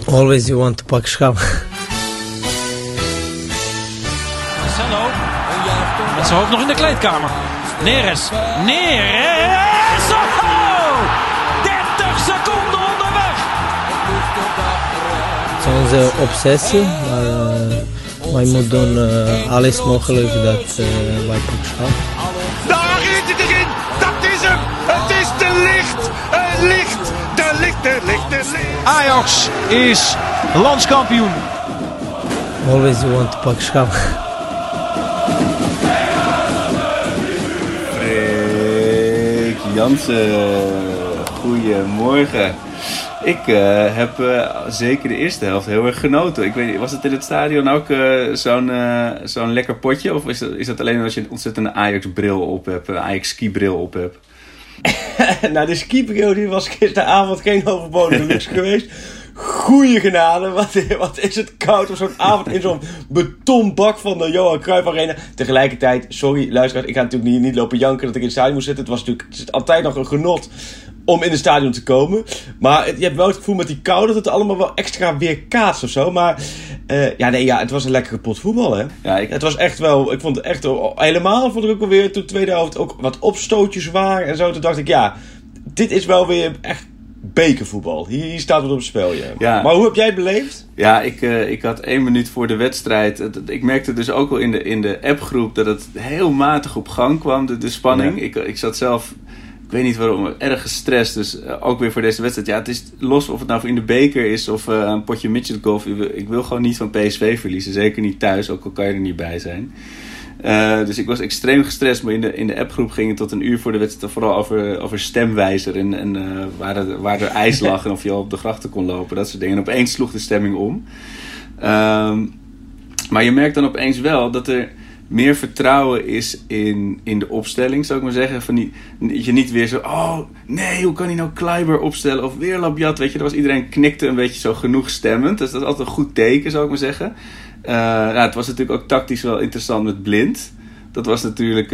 Always you want to pak schap. Marcelo. Met zijn hoofd nog in de kleedkamer. Neres. Oh! 30 seconden onderweg. Het is onze obsessie, maar wij moeten doen alles mogelijk dat wij pak schap. Daar is het erin! Dat is hem! Het is de licht! Het licht! De licht! Ajax is landskampioen. Always you want to pak schap. Freek Jansen, goedemorgen. Ik heb zeker de eerste helft heel erg genoten. Ik weet niet, was het in het stadion ook zo'n lekker potje? Of is dat alleen als je een ontzettende Ajax-bril op hebt, Ajax-ski-bril op hebt? Nou, de skibril die was gisteravond geen overbodige luxe geweest. Goeie genade, wat is het koud op zo'n avond in zo'n betonbak van de Johan Cruijff Arena. Tegelijkertijd, sorry luisteraars, ik ga natuurlijk niet lopen janken dat ik in het stadion moest zitten. Het is altijd nog een genot om in het stadion te komen. Maar je hebt wel het gevoel met die kou dat het allemaal wel extra weerkaatst of zo. Maar het was een lekkere pot voetbal, hè. Ja, het was echt wel, ik vond het echt, helemaal vond ik ook wel weer, toen de tweede helft ook wat opstootjes waren en zo. Toen dacht ik, ja, dit is wel weer echt bekervoetbal. Hier staat wat op het spel, ja. Maar hoe heb jij het beleefd? Ja, ik had 1 minuut voor de wedstrijd. Ik merkte dus ook wel in de appgroep dat het heel matig op gang kwam, de spanning. Ja. Ik zat zelf, ik weet niet waarom, erg gestrest. Dus ook weer voor deze wedstrijd. Ja, het is los of het nou in de beker is of een potje midgetgolf. Ik wil gewoon niet van PSV verliezen. Zeker niet thuis, ook al kan je er niet bij zijn. Dus ik was extreem gestrest. Maar in de appgroep ging het tot 1 uur voor de wedstrijd vooral over stemwijzer. En waar er ijs lag en of je al op de grachten kon lopen. Dat soort dingen. En opeens sloeg de stemming om. Maar je merkt dan opeens wel dat er meer vertrouwen is in de opstelling, zou ik maar zeggen. Dat je niet weer zo, oh nee, hoe kan hij nou Kleiber opstellen? Of weer Labiat, weet je. Er was iedereen knikte een beetje zo genoeg stemmend. Dus dat is altijd een goed teken, zou ik maar zeggen. Het was natuurlijk ook tactisch wel interessant met Blind. Dat was natuurlijk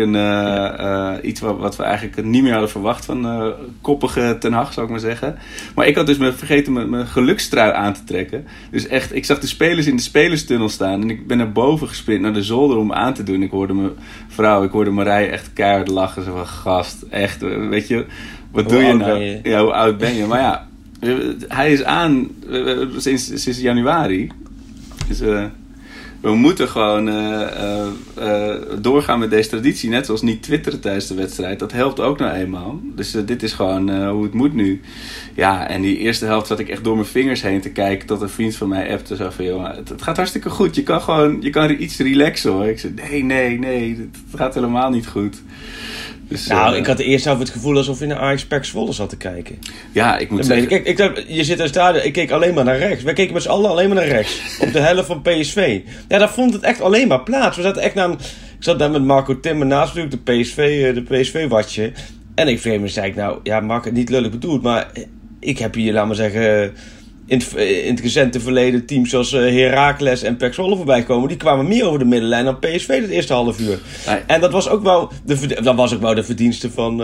iets wat we eigenlijk niet meer hadden verwacht van koppige Ten Hag, zou ik maar zeggen. Maar ik had dus vergeten mijn gelukstrui aan te trekken. Dus echt, ik zag de spelers in de spelerstunnel staan. En ik ben naar boven gesprint, naar de zolder om aan te doen. Ik hoorde Marije echt keihard lachen. Zo van, gast, echt, weet je, wat doe je nou? Ja, hoe oud ben je? Maar ja, hij is aan sinds januari. Dus we moeten gewoon doorgaan met deze traditie. Net zoals niet twitteren tijdens de wedstrijd. Dat helpt ook nou eenmaal. Dus dit is gewoon hoe het moet nu. Ja, en die eerste helft zat ik echt door mijn vingers heen te kijken. Tot een vriend van mij appte zo van, joh, het gaat hartstikke goed. Je kan iets relaxen, hoor. Ik zei, nee, het gaat helemaal niet goed. Dus, ik had eerst zelf het gevoel alsof je naar Ajax PEC Zwolle zat te kijken. Ja, ik moet zeggen... Kijk, je zit in het stadion, ik keek alleen maar naar rechts. Wij keken met z'n allen alleen maar naar rechts. Op de helft van PSV. Ja, daar vond het echt alleen maar plaats. Ik zat daar met Marco Timmer naast natuurlijk, de PSV-watje. En ik zei, nou, ja, Mark, het niet lullig bedoeld, maar ik heb hier, laat maar zeggen, in het recente verleden teams zoals Heracles en PEC Zwolle voorbij komen. Die kwamen meer over de middenlijn dan PSV het eerste half uur. Nee. En dat was ook wel de verdienste van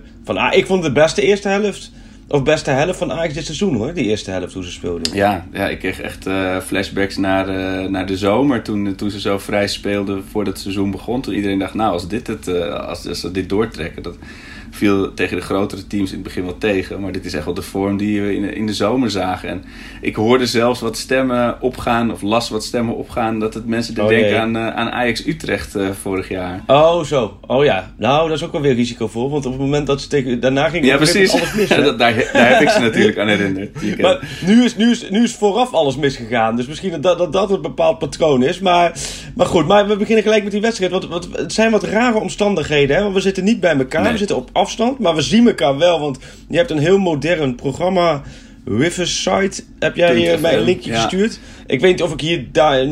ik vond het beste eerste helft. Of beste helft van Ajax dit seizoen, hoor. Die eerste helft toen ze speelden. Ja, ik kreeg echt flashbacks naar de zomer. Toen ze zo vrij speelden voordat het seizoen begon. Toen iedereen dacht, nou, als ze dit doortrekken, dat viel tegen de grotere teams in het begin wel tegen. Maar dit is echt wel de vorm die we in de zomer zagen. En ik hoorde zelfs wat stemmen opgaan, of las wat stemmen opgaan, dat het mensen denken aan Ajax Utrecht vorig jaar. Oh, zo. Oh ja. Nou, dat is ook wel weer risicovol. Want op het moment dat ze daarna ging alles mis. Daar heb ik ze natuurlijk aan herinnerd. Maar nu is vooraf alles misgegaan. Dus misschien dat een bepaald patroon is. Maar goed, maar we beginnen gelijk met die wedstrijd. Want het zijn wat rare omstandigheden. Hè? Want we zitten niet bij elkaar. Nee. We zitten op afstand. Maar we zien elkaar wel. Want je hebt een heel modern programma. Riverside heb jij mij een linkje gestuurd. Ik weet niet of ik hier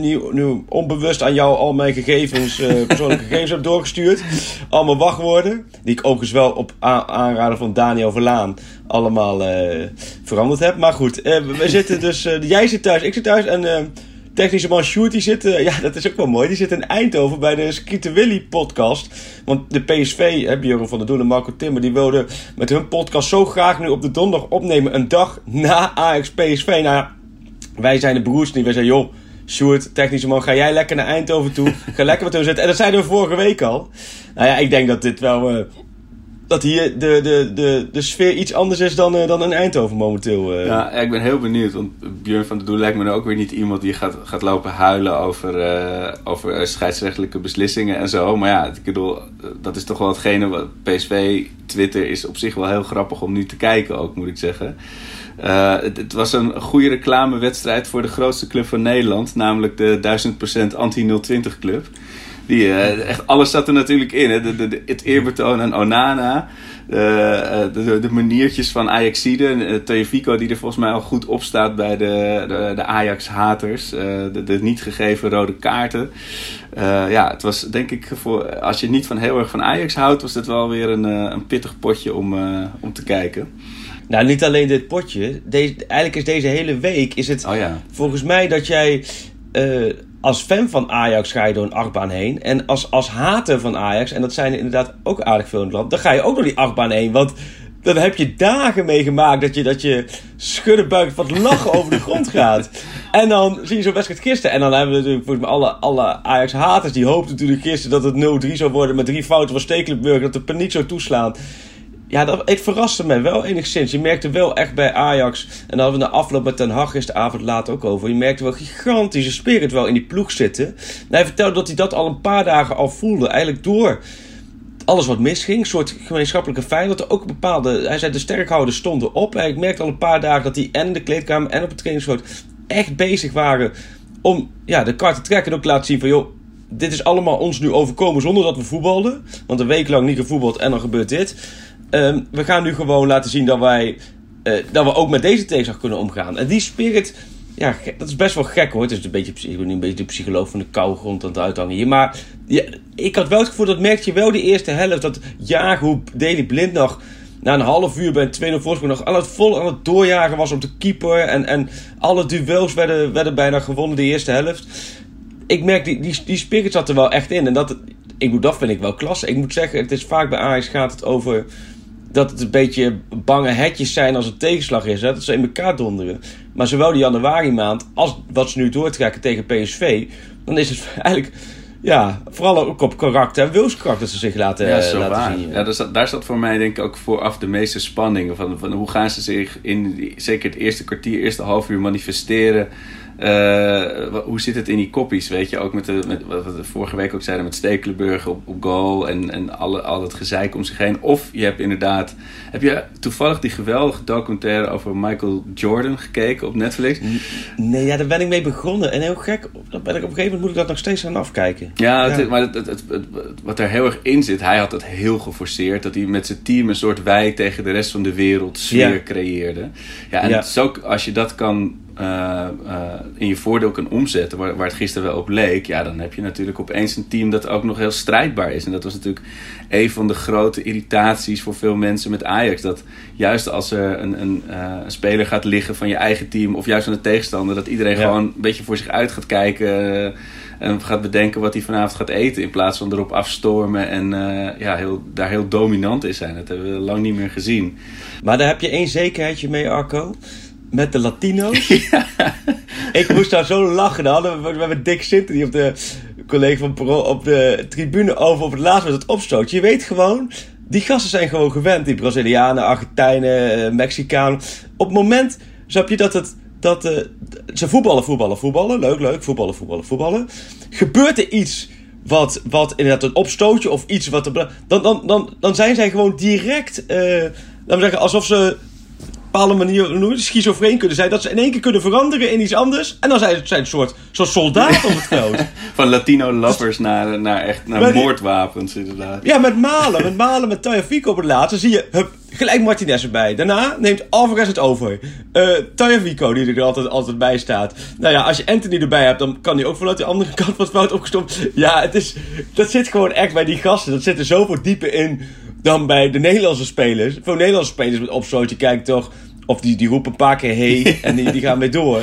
nu onbewust aan jou al mijn gegevens, persoonlijke gegevens heb doorgestuurd. Allemaal wachtwoorden. Die ik overigens wel op aanraden van Daniel Verlaan allemaal veranderd heb. Maar goed, we zitten dus... jij zit thuis, ik zit thuis en... technische man Sjoerd, die zit, dat is ook wel mooi, die zit in Eindhoven bij de Skeeter Willy podcast. Want de PSV, Björn van der Doel en Marco Timmer, die wilden met hun podcast zo graag nu op de donderdag opnemen, een dag na Ajax PSV. Nou, Wij zijn de broers niet. Wij zeggen, joh, Sjoerd, technische man, ga jij lekker naar Eindhoven toe. Ga lekker wat doen zetten. En dat zeiden we vorige week al. Nou ja, ik denk dat dit wel... dat hier de sfeer iets anders is dan in Eindhoven momenteel. Ja, ik ben heel benieuwd. Want Björn van der Doel lijkt me nou ook weer niet iemand die gaat lopen huilen over scheidsrechtelijke beslissingen en zo. Maar ja, ik bedoel, dat is toch wel hetgene wat PSV, Twitter is op zich wel heel grappig om nu te kijken ook, moet ik zeggen. Het was een goede reclamewedstrijd voor de grootste club van Nederland. Namelijk de 1000% anti-020 club. Echt alles zat er natuurlijk in. Hè? Het eerbetoon aan Onana. De maniertjes van Ajaxide. Tagliafico die er volgens mij al goed op staat bij de Ajax-haters. De niet gegeven rode kaarten. Het was denk ik, als je niet heel erg van Ajax houdt, was dit wel weer een pittig potje om te kijken. Nou, niet alleen dit potje. Eigenlijk is deze hele week volgens mij dat jij... als fan van Ajax ga je door een achtbaan heen. En als hater van Ajax, en dat zijn er inderdaad ook aardig veel in het land, dan ga je ook door die achtbaan heen. Want dan heb je dagen meegemaakt dat je schuddenbuik van het lachen over de grond gaat. En dan zie je zo'n wedstrijd gisteren. En dan hebben we natuurlijk volgens mij alle Ajax-haters die hoopten natuurlijk gisteren dat het 0-3 zou worden met 3 fouten van Stekelenburg, dat de paniek zou toeslaan. Ja, het verraste mij wel enigszins. Je merkte wel echt bij Ajax, en daar hadden we na afloop met Ten Hag gisteravond later ook over, je merkte wel gigantische spirit wel in die ploeg zitten. En hij vertelde dat hij dat al een paar dagen al voelde. Eigenlijk door alles wat misging, een soort gemeenschappelijke vijand. Dat er ook hij zei de sterkhouders stonden op. En ik merkte al een paar dagen dat die en in de kleedkamer en op het trainingsveld echt bezig waren om de kar te trekken en ook te laten zien van, joh, dit is allemaal ons nu overkomen zonder dat we voetbalden. Want een week lang niet gevoetbald en dan gebeurt dit. We gaan nu gewoon laten zien dat we ook met deze tegenslag kunnen omgaan. En die spirit, ja, dat is best wel gek hoor. Het is ik ben nu een beetje de psycholoog van de koude grond aan het uithangen hier. Maar ja, ik had wel het gevoel, dat merkte je wel de eerste helft, dat jagen hoe Daley Blind nog na een half uur bij een 2-0 voorsprong nog aan het doorjagen was op de keeper. En alle duels werden bijna gewonnen de eerste helft. Ik merk, die spirit zat er wel echt in. En dat vind ik wel klasse. Ik moet zeggen, het is vaak bij Ajax gaat het over dat het een beetje bange hetjes zijn als het tegenslag is. Hè? Dat ze in elkaar donderen. Maar zowel die januari maand als wat ze nu doortrekken tegen PSV, dan is het eigenlijk, ja, vooral ook op karakter en wilskracht dat ze zich laten zien. Ja, daar zat voor mij denk ik ook vooraf de meeste spanning. Van hoe gaan ze zich zeker het eerste kwartier, eerste half uur manifesteren. Hoe zit het in die koppies, weet je? Ook met wat we vorige week ook zeiden met Stekelenburg op goal en al het gezeik om zich heen. Of je hebt heb je toevallig die geweldige documentaire over Michael Jordan gekeken op Netflix? Nee, ja, daar ben ik mee begonnen. En heel gek, op een gegeven moment moet ik dat nog steeds aan afkijken. Ja. Maar wat er heel erg in zit, hij had het heel geforceerd, dat hij met zijn team een soort wij tegen de rest van de wereld sfeer creëerde. Ja, en zo, als je dat kan in je voordeel kan omzetten, waar het gisteren wel op leek, ja, dan heb je natuurlijk opeens een team dat ook nog heel strijdbaar is. En dat was natuurlijk een van de grote irritaties voor veel mensen met Ajax. Dat juist als er een speler gaat liggen van je eigen team of juist van de tegenstander, dat iedereen gewoon een beetje voor zich uit gaat kijken en gaat bedenken wat hij vanavond gaat eten, in plaats van erop afstormen en daar heel dominant in zijn. Dat hebben we lang niet meer gezien. Maar daar heb je één zekerheidje mee, Arco. Met de Latino's. Ja. Ik moest daar zo lachen. Dan hadden we met Dick Sinter, die op de collega van Pro op de tribune over op het laatst met het opstootje. Je weet gewoon, die gasten zijn gewoon gewend. Die Brazilianen, Argentijnen, Mexicanen. Op het moment, snap je, dat ze voetballen. Leuk, voetballen. Gebeurt er iets wat inderdaad een opstootje of iets wat dan zijn zij gewoon direct, laten we zeggen, alsof ze op een bepaalde manier schizofreen kunnen zijn, dat ze in één keer kunnen veranderen in iets anders. En dan zijn ze een soort soldaat op het veld. Van Latino lovers naar moordwapens inderdaad. Ja, met Malen met Tagliafico op het laatste zie je gelijk Martinez erbij. Daarna neemt Alvarez het over. Tagliafico die er altijd bij staat. Nou ja, als je Anthony erbij hebt, dan kan hij ook vanuit de andere kant van het veld opgestompt. Ja, dat zit gewoon echt bij die gasten. Dat zit er zoveel dieper in dan bij de Nederlandse spelers. Voor Nederlandse spelers met opstootje, kijk toch, of die roepen een paar keer hey en die gaan weer door.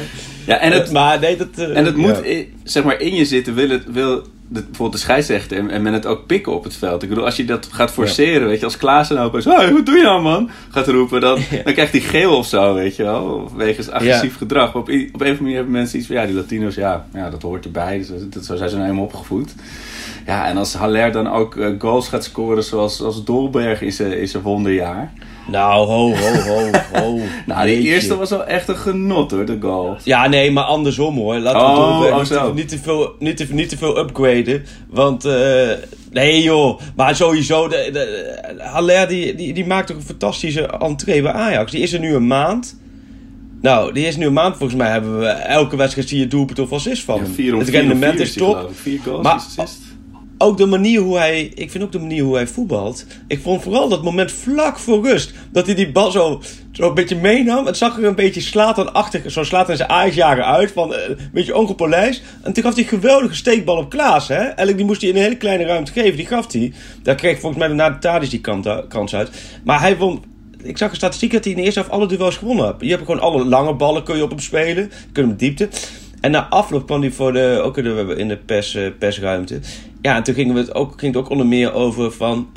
Ja, en het, maar nee, het moet zeg maar in je zitten, wil bijvoorbeeld de scheidsrechter en men het ook pikken op het veld. Ik bedoel, als je dat gaat forceren, weet je, als Klaassen ook eens, hey, wat doe je nou, man? Gaat roepen, dan krijgt hij geel of zo, weet je wel. Wegens agressief gedrag. Maar op een of andere manier hebben mensen iets van, die Latino's, dat hoort erbij. Zo zijn ze nou helemaal opgevoed. Ja, en als Haller dan ook goals gaat scoren zoals Dolberg in zijn wonderjaar. Nou, ho. Nou, die eerste was wel echt een genot, hoor, de goal. Ja, nee, maar andersom, hoor. Laten we Dolberg niet te veel upgraden. Want, nee joh. Maar sowieso, Haller die maakt toch een fantastische entree bij Ajax. Die is er nu een maand. Nou, volgens mij hebben we elke wedstrijd zie je doelpunt of assist van hem. Het rendement is top. 4 goals, maar assist. Ook de manier hoe hij voetbalt. Ik vond vooral dat moment vlak voor rust. Dat hij die bal zo een beetje meenam. Het zag er een beetje Zlatan-achtig. Zo Zlatan in zijn Ajax-jaren uit. Van een beetje ongepolijst. En toen gaf hij een geweldige steekbal op Klaas. Hè? Eigenlijk die moest hij in een hele kleine ruimte geven. Die gaf hij. Daar kreeg volgens mij na de Tadic die kans uit. Maar hij won. Ik zag een statistiek dat hij in de eerste helft alle duels gewonnen heeft. Je hebt gewoon alle lange ballen kun je op hem spelen. Kun je hem diepte. En na afloop kwam hij ook in de persruimte. Ja, en toen ging het ook onder meer over van...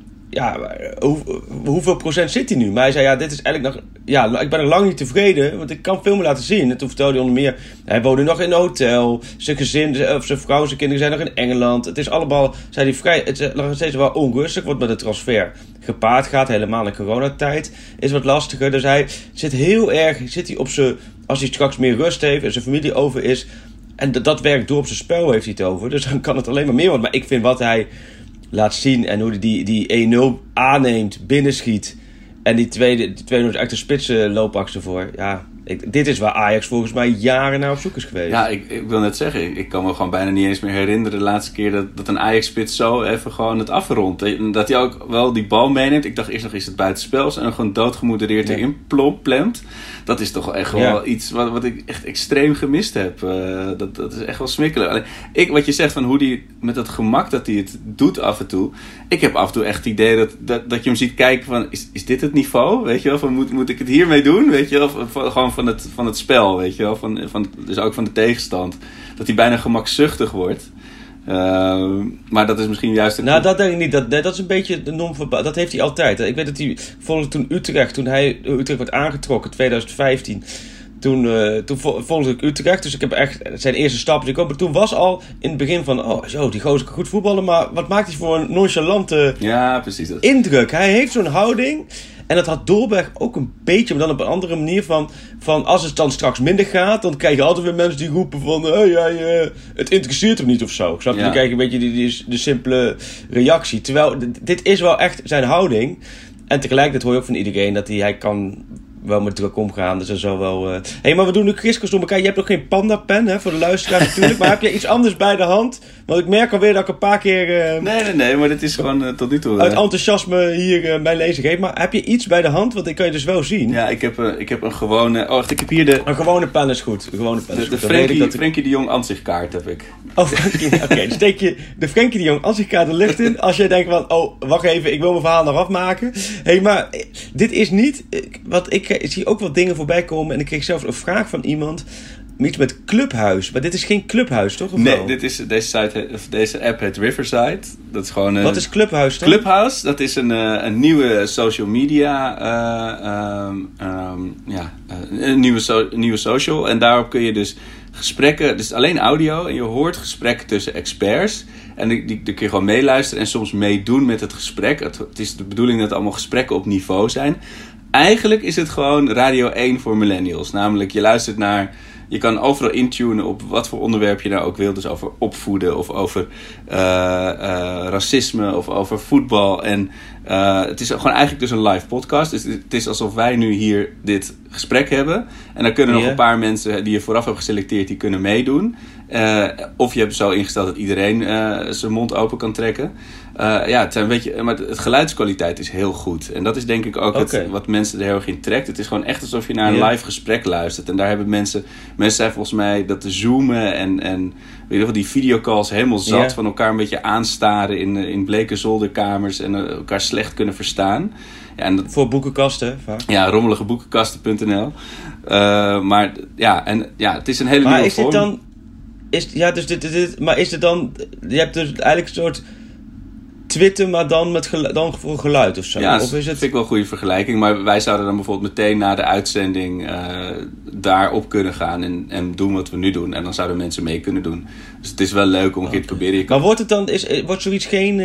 hoeveel procent zit hij nu? Maar hij zei, dit is eigenlijk nog... Ja, ik ben er lang niet tevreden, want ik kan veel meer laten zien. En toen vertelde hij onder meer... Hij woonde nog in een hotel. Zijn gezin, of zijn vrouw, zijn kinderen zijn nog in Engeland. Het is allemaal, zei hij, het is nog steeds wel onrustig, wat met de transfer gepaard gaat. Helemaal in coronatijd is wat lastiger. Dus hij zit op zijn... Als hij straks meer rust heeft en zijn familie over is... En dat werkt door op zijn spel, heeft hij het over. Dus dan kan het alleen maar meer worden. Maar ik vind wat hij laat zien en hoe hij die 1-0 aanneemt, binnenschiet... En die tweede is echt een spitse loopactie voor. Ja, dit is waar Ajax volgens mij jaren naar op zoek is geweest. Ja, ik wil net zeggen, ik kan me gewoon bijna niet eens meer herinneren de laatste keer dat een Ajax-spits zo even gewoon het afrondt. Dat hij ook wel die bal meeneemt. Ik dacht eerst nog, is het buitenspels? En dan gewoon doodgemodereerd erin plemt. Dat is toch echt wel iets wat ik echt extreem gemist heb. Dat is echt wel smikkelen. Alleen, wat je zegt van hoe die met dat gemak dat hij het doet af en toe. Ik heb af en toe echt het idee dat je hem ziet kijken van, is dit het niveau? Weet je wel, van moet ik het hiermee doen? Weet je wel, gewoon van het spel, weet je wel, dus ook van de tegenstand. Dat hij bijna gemakzuchtig wordt. Maar dat is misschien juist... dat denk ik niet. Dat is een beetje de norm van... Dat heeft hij altijd. Ik weet dat hij volgens toen Utrecht werd aangetrokken, 2015... Toen volgde ik Utrecht, dus ik heb echt zijn eerste stappen gekomen. Toen was al in het begin van, die gozer kan goed voetballen, maar wat maakt hij voor een nonchalante indruk? Hij heeft zo'n houding. En dat had Dolberg ook een beetje, maar dan op een andere manier van als het dan straks minder gaat, dan krijg je altijd weer mensen die roepen van, het interesseert hem niet of zo. Snap je? Dan krijg je een beetje de simpele reactie. Terwijl, dit is wel echt zijn houding. En tegelijkertijd hoor je ook van iedereen dat hij kan wel met druk omgaan, dus dat zal wel... maar we doen nu kriskers door elkaar. Je hebt nog geen panda-pen, hè, voor de luisteraar natuurlijk. Maar heb je iets anders bij de hand? Want ik merk alweer dat ik een paar keer... Nee, maar dit is gewoon tot nu toe... uit enthousiasme hier mijn lezing geef. Maar heb je iets bij de hand? Want ik kan je dus wel zien. Ja, ik heb een gewone... ik heb hier een gewone pen is goed. De Frenkie de Jong ansichtkaart heb ik. Oké, dan steek je de Frenkie de Jong ansichtkaart er licht in. Als jij denkt van, wacht even, ik wil mijn verhaal nog afmaken. Maar dit is niet... Ik zie ook wat dingen voorbij komen. En ik kreeg zelfs een vraag van iemand. Iets met Clubhuis. Maar dit is geen Clubhuis, toch? Of nee, wel? deze app heet Riverside. Dat is gewoon... Wat is Clubhuis dan? Clubhouse, dat is een nieuwe social media... een nieuwe social. En daarop kun je dus gesprekken... Dus alleen audio. En je hoort gesprekken tussen experts. En die kun je gewoon meeluisteren en soms meedoen met het gesprek. Het is de bedoeling dat het allemaal gesprekken op niveau zijn. Eigenlijk is het gewoon Radio 1 voor millennials. Namelijk, je luistert naar... Je kan overal intunen op wat voor onderwerp je nou ook wilt. Dus over opvoeden of over racisme of over voetbal. En het is gewoon eigenlijk dus een live podcast. Dus het is alsof wij nu hier dit gesprek hebben. En dan kunnen nog een paar mensen die je vooraf hebt geselecteerd, die kunnen meedoen. Of je hebt het zo ingesteld dat iedereen zijn mond open kan trekken. Het zijn een beetje, maar het geluidskwaliteit is heel goed. En dat is denk ik ook wat mensen er heel erg in trekt. Het is gewoon echt alsof je naar een live gesprek luistert. En daar hebben mensen zijn volgens mij dat te zoomen en weet je wel, die videocalls helemaal zat van elkaar een beetje aanstaren in bleke zolderkamers en elkaar slecht kunnen verstaan. Ja, en voor boekenkasten vaak. Ja, rommeligeboekenkasten.nl. Maar het is een hele nieuwe vorm. Maar is het dan... Je hebt dus eigenlijk een soort Twitter, maar dan dan voor geluid of zo? Ja, of is het... vind ik wel een goede vergelijking. Maar wij zouden dan bijvoorbeeld meteen na de uitzending daarop kunnen gaan en doen wat we nu doen. En dan zouden mensen mee kunnen doen. Dus het is wel leuk om een keer te proberen. Maar wordt het dan... Wordt zoiets geen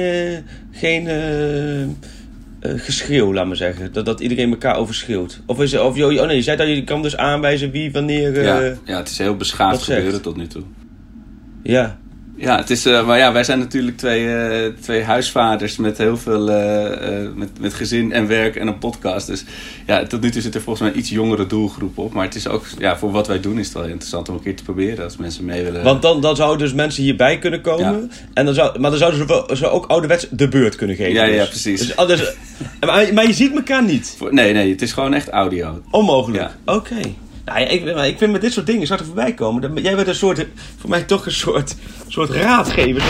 geschreeuw, laat maar zeggen? Dat iedereen elkaar overschreeuwt? Je zei dat je kan dus aanwijzen wie wanneer... Ja, het is heel beschaafd gebeuren tot nu toe. Ja. Ja, het is, maar wij zijn natuurlijk twee huisvaders met heel veel met gezin en werk en een podcast. Dus ja, tot nu toe zit er volgens mij een iets jongere doelgroep op. Maar het is ook, voor wat wij doen is het wel interessant om een keer te proberen als mensen mee willen. Want dan zouden dus mensen hierbij kunnen komen. Ja. En dan zouden ze ook ouderwets de beurt kunnen geven. Ja, dus. Ja, precies. Maar je ziet elkaar niet? Nee, het is gewoon echt audio. Onmogelijk? Ja. Oké. Nou, ik vind met dit soort dingen, zou er voorbij komen. Jij bent voor mij toch een soort raadgever.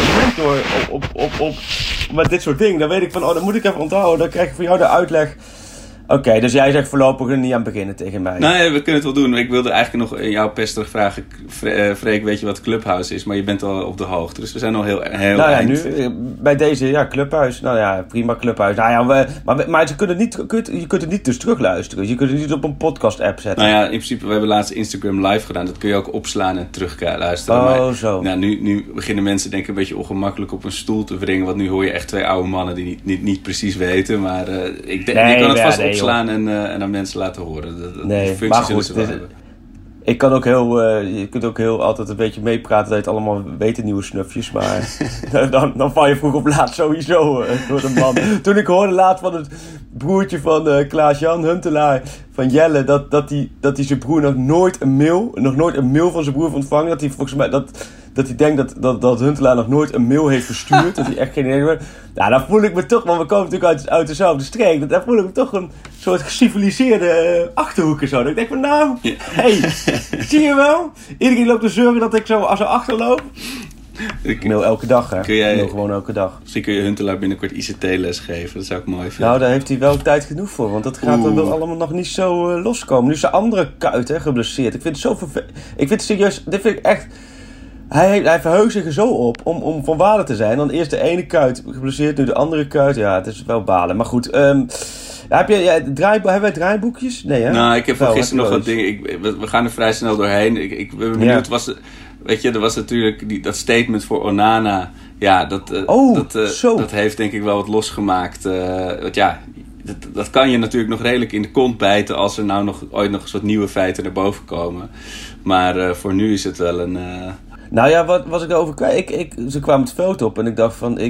Op met dit soort dingen. Dan weet ik van, dat moet ik even onthouden. Dan krijg ik van jou de uitleg. Oké, dus jij zegt voorlopig er niet aan beginnen tegen mij. Nee, we kunnen het wel doen. Ik wilde eigenlijk nog jou pesterig vragen. Freek, weet je wat Clubhouse is? Maar je bent al op de hoogte. Dus we zijn al heel eind. Nu bij deze, Clubhuis. Nou ja, prima Clubhuis. Nou ja, maar je kunt het niet dus terugluisteren. Je kunt het niet op een podcast-app zetten. Nou ja, in principe, we hebben laatst Instagram live gedaan. Dat kun je ook opslaan en terugluisteren. Maar, zo. Nou, nu beginnen mensen denk ik een beetje ongemakkelijk op een stoel te wringen. Want nu hoor je echt twee oude mannen die niet precies weten. Maar je kan het vast opslaan en aan mensen laten horen. Die functie zullen ze wel hebben. Ik kan ook je kunt ook heel altijd een beetje meepraten dat je het allemaal weet, nieuwe snufjes. Maar dan val je vroeg of laat sowieso door de man. Toen ik hoorde laatst van het broertje van Klaas-Jan Huntelaar, van Jelle, dat hij zijn broer nog nooit een mail van zijn broer ontvangen. Dat hij volgens mij dat hij denkt dat Huntelaar nog nooit een mail heeft verstuurd. Dat hij echt geen idee heeft. Nou, dan voel ik me toch, want we komen natuurlijk uit dezelfde streek. Dan voel ik me toch een soort geciviliseerde achterhoek en zo. Dat ik denk van zie je wel? Iedereen loopt te zeuren dat ik zo achterloop. Ik mail elke dag, hè? Ik mail gewoon elke dag. Misschien kun je Huntelaar binnenkort ICT-les geven. Dat zou ik mooi vinden. Nou, daar heeft hij wel tijd genoeg voor. Want dat gaat er wel allemaal nog niet zo loskomen. Nu is de andere kuit geblesseerd. Ik vind het zo vervelend. Ik vind het serieus... Dit vind ik echt... Hij verheugt zich er zo op om van waarde te zijn. Dan eerst de ene kuit geblesseerd, nu de andere kuit. Ja, het is wel balen. Maar goed, hebben wij draaiboekjes? Nee, hè? Nou, ik heb van gisteren nog wat dingen. We gaan er vrij snel doorheen. Ik ben benieuwd. Weet je, er was natuurlijk dat statement voor Onana. Ja, dat heeft denk ik wel wat losgemaakt. Dat kan je natuurlijk nog redelijk in de kont bijten als er nou ooit nog een soort nieuwe feiten naar boven komen. Maar voor nu is het wel een... Nou ja, wat was ik daarover kwijt? Ze kwamen het veld op en ik dacht van,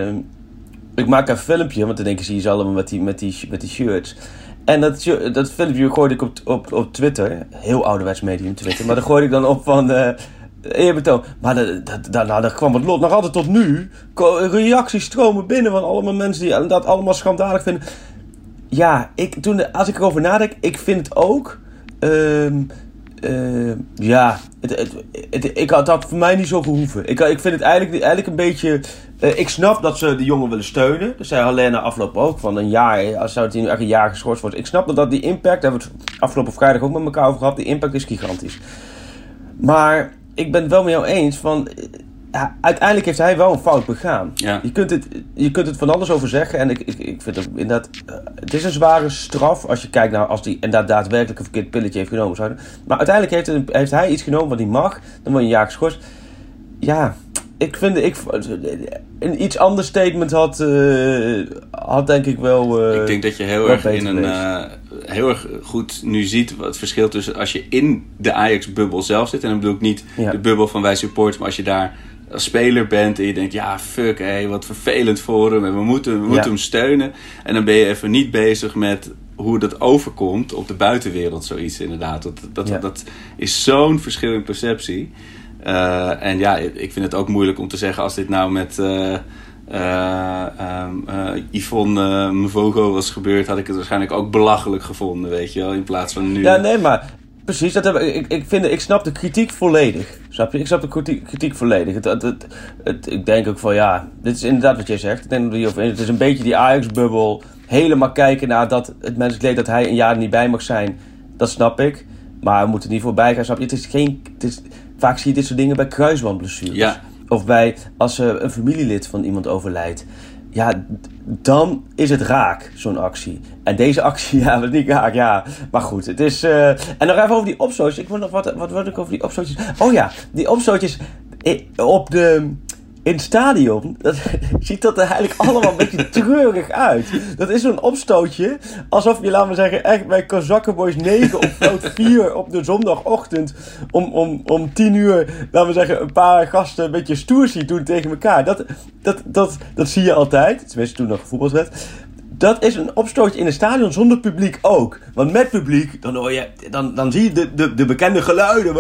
ik maak een filmpje, want dan denk ik, zie je ze allemaal met die shirts. En dat filmpje gooide ik op Twitter, heel ouderwets medium Twitter, maar daar gooide ik dan op van eerbetoon. Maar daar kwam het lot. Nog altijd tot nu, reacties stromen binnen van allemaal mensen die dat allemaal schandalig vinden. Ja, als ik erover nadenk, ik vind het ook... het had voor mij niet zo gehoeven. Ik vind het eigenlijk een beetje... ik snap dat ze de jongen willen steunen. Dat zei Helena afgelopen ook. Van een jaar, als zou het hier nu echt een jaar geschorst worden. Ik snap dat die impact, daar hebben we het afgelopen vrijdag ook met elkaar over gehad. Die impact is gigantisch. Maar ik ben het wel met jou eens van... uiteindelijk heeft hij wel een fout begaan. Ja. Je kunt het van alles over zeggen. En ik vind het inderdaad... het is een zware straf als je kijkt naar... als hij inderdaad daadwerkelijk een verkeerd pilletje heeft genomen. Maar uiteindelijk heeft hij iets genomen wat hij mag. Dan word je een jaar geschorst. Ja, ik vind... een iets ander statement had denk ik wel... ik denk dat je heel erg heel erg goed nu ziet wat het verschil tussen als je in de Ajax-bubbel zelf zit. En dan bedoel ik niet de bubbel van wij supporters, maar als je daar als speler bent en je denkt, ja, fuck, wat vervelend voor hem en we moeten hem steunen. En dan ben je even niet bezig met hoe dat overkomt op de buitenwereld, zoiets inderdaad. Dat is zo'n verschil in perceptie. En ja, ik vind het ook moeilijk om te zeggen als dit nou met Yvonne Mvogo was gebeurd, had ik het waarschijnlijk ook belachelijk gevonden, weet je wel, in plaats van nu. Ja, nee, maar precies, ik snap de kritiek volledig. Snap je? Ik snap de kritiek volledig. Ik denk ook van, ja, dit is inderdaad wat jij zegt. Ik denk dat het is een beetje die Ajax-bubbel. Helemaal kijken naar dat het menselijk leed dat hij een jaar er niet bij mag zijn. Dat snap ik. Maar we moeten niet voorbij gaan, snap je? Vaak zie je dit soort dingen bij kruisbandblessures. Ja. Of als een familielid van iemand overlijdt. Ja, dan is het raak, zo'n actie. En deze actie, ja, dat is niet raak, ja. Maar goed, het is... En nog even over die opstootjes. Ik wil nog wat wil ik over die opstootjes... Oh ja, die opstootjes in het stadion, ziet dat er eigenlijk allemaal een beetje treurig uit. Dat is zo'n opstootje, alsof je, laten we zeggen, echt bij Kozakkenboys 9 op veld 4 op de zondagochtend om 10 uur, laten we zeggen, een paar gasten een beetje stoer ziet doen tegen elkaar. Dat zie je altijd, tenminste toen nog gevoetbald werd. Dat is een opstootje in een stadion zonder publiek ook. Want met publiek, dan hoor je, dan zie je de bekende geluiden.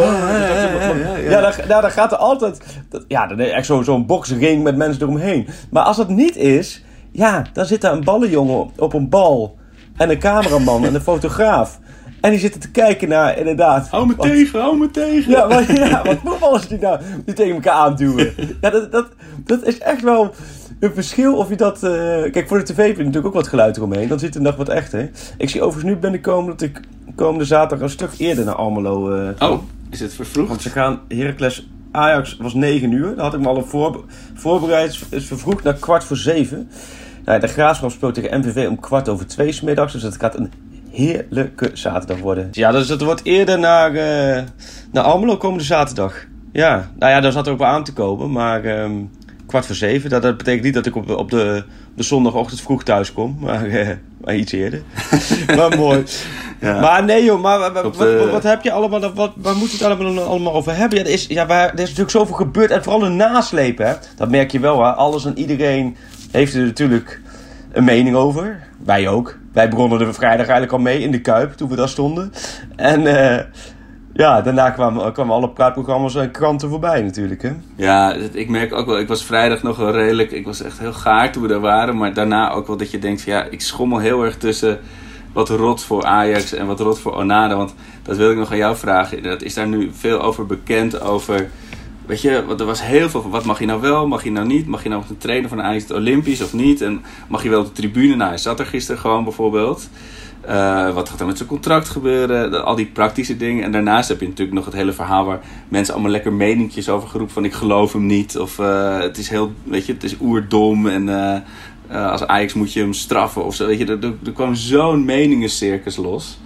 Dan gaat er altijd... dan is echt zo'n boksring met mensen eromheen. Maar als dat niet is, ja, dan zit daar een ballenjongen op een bal. En een cameraman en een fotograaf. En die zitten te kijken naar, inderdaad... Hou me tegen. Ja, wat voetballers die tegen elkaar aanduwen. Ja, dat is echt wel... een verschil of je dat... Kijk, voor de tv heb je natuurlijk ook wat geluid eromheen. Dan zit er nog wat echt, hè. Ik zie overigens nu binnenkomen dat ik komende zaterdag een stuk eerder naar Almelo... is het vervroegd? Want ze gaan... Heracles Ajax was 9 uur. Daar had ik me al op voorbereid. Is vervroegd naar 6:45. Nou, de Graafschap speelt tegen MVV om 2:15 's middags. Dus dat gaat een heerlijke zaterdag worden. Ja, dus het wordt eerder naar Almelo komende zaterdag. Ja, nou ja, daar zat er ook wel aan te komen, maar... 6:45. Dat betekent niet dat ik op de zondagochtend vroeg thuis kom. Maar iets eerder. Maar mooi. Ja. Maar nee joh, wat heb je allemaal... Waar moet je het allemaal over hebben? Er is natuurlijk zoveel gebeurd. En vooral een nasleep, hè. Dat merk je wel, hè. Alles en iedereen heeft er natuurlijk een mening over. Wij ook. Wij begonnen er vrijdag eigenlijk al mee in de Kuip. Toen we daar stonden. En... ja, daarna kwamen alle praatprogramma's en kranten voorbij natuurlijk, hè? Ja, ik merk ook wel, ik was vrijdag nog wel redelijk... Ik was echt heel gaar toen we daar waren. Maar daarna ook wel dat je denkt van ja, ik schommel heel erg tussen wat rot voor Ajax en wat rot voor Onana. Want dat wil ik nog aan jou vragen. Inderdaad, is daar nu veel over bekend over... Weet je, want er was heel veel van wat mag je nou wel, mag je nou niet? Mag je nou met een trainer van Ajax het Olympisch of niet? En mag je wel op de tribune? Nou, hij zat er gisteren gewoon bijvoorbeeld... wat gaat er met zijn contract gebeuren? Al die praktische dingen. En daarnaast heb je natuurlijk nog het hele verhaal waar mensen allemaal lekker meningjes over geroepen van ik geloof hem niet. Of het is heel, weet je, het is oerdom. En als Ajax moet je hem straffen of zo. Weet je, er kwam zo'n meningencircus los.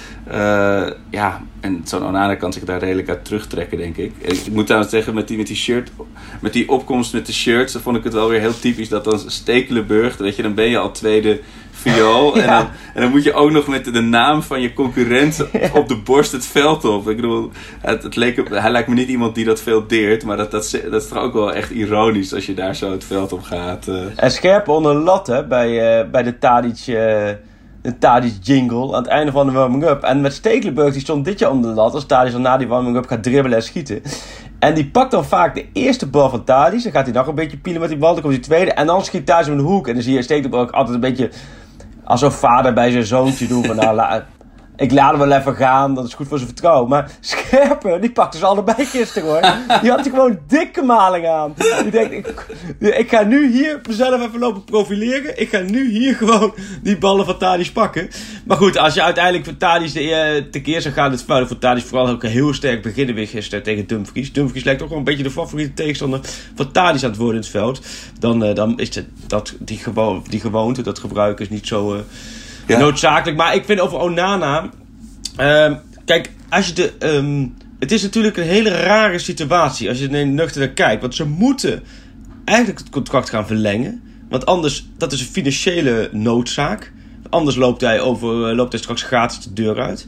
Ja, en zo'n Onana kan zich daar redelijk uit terugtrekken, denk ik. Ik moet trouwens zeggen, met die shirt, met die opkomst met de shirts, dan vond ik het wel weer heel typisch dat dan Stekelenburg, weet je, dan ben je al tweede viool. Ja. En dan moet je ook nog met de naam van je concurrent op de borst het veld op. Ik bedoel, hij lijkt me niet iemand die dat veel deert, maar dat is toch ook wel echt ironisch als je daar zo het veld op gaat. En scherp onder lat, hè, bij de Tadic jingle aan het einde van de warming-up. En met Stekelenburg, die stond dit jaar onder de lat als Tadic dan na die warming-up gaat dribbelen en schieten. En die pakt dan vaak de eerste bal van Tadic. Dan gaat hij nog een beetje pielen met die bal. Dan komt die tweede. En dan schiet Tadic in de hoek. En dan zie je Stekelenburg altijd een beetje als een vader bij zijn zoontje doen. Van nou, ik laat hem wel even gaan. Dat is goed voor zijn vertrouwen. Maar Scherpen, die pakte ze allebei gisteren, hoor. Die had er gewoon dikke maling aan. Die denkt, ik ga nu hier mezelf even lopen profileren. Ik ga nu hier gewoon die ballen van Tadic pakken. Maar goed, als je uiteindelijk voor Tadic tekeer zou gaan, het vuile voor Tadic vooral ook heel sterk beginnen weer gisteren tegen Dumfries. Dumfries lijkt ook wel een beetje de favoriete tegenstander van Tadic aan het worden in het veld. Dan is die gewoonte, dat gebruiken is niet zo... noodzakelijk, maar ik vind over Onana... kijk, als je het is natuurlijk een hele rare situatie als je er nuchter naar kijkt. Want ze moeten eigenlijk het contract gaan verlengen. Want anders, dat is een financiële noodzaak. Anders loopt hij straks gratis de deur uit.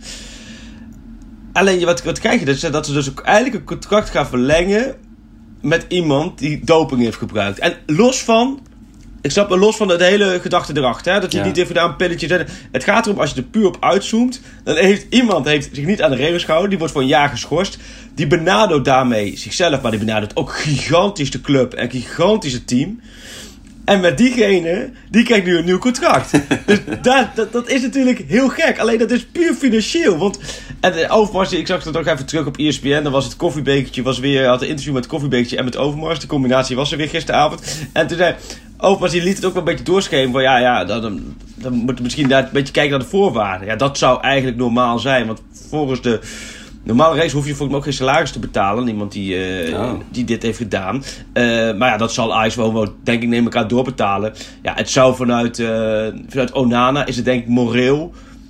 Alleen, wat krijg je? Dat ze dus ook eigenlijk een contract gaan verlengen met iemand die doping heeft gebruikt. En los van de hele gedachte erachter. Hè? Dat je niet even daar een pilletje zet. Het gaat erom, als je er puur op uitzoomt. Dan heeft iemand zich niet aan de regels gehouden. Die wordt voor een jaar geschorst. Die benadeelt daarmee zichzelf. Maar die benadeelt ook gigantisch de club. En gigantisch het team. En met diegene, die krijgt nu een nieuw contract. Dus dat is natuurlijk heel gek. Alleen dat is puur financieel. Want Overmars, ik zag het nog even terug op ESPN. Dan was het koffiebekertje, had een interview met het koffiebekertje en met Overmars. De combinatie was er weer gisteravond. En toen zei Overmars, die liet het ook wel een beetje doorschemeren van dan moet je misschien daar een beetje kijken naar de voorwaarden. Ja, dat zou eigenlijk normaal zijn. Want volgens de normale race hoef je volgens mij ook geen salaris te betalen. Iemand die dit heeft gedaan. Maar ja, dat zal Ajax wel, denk ik, neem ik aan, doorbetalen. Ja, het zou vanuit Onana is het denk ik moreel.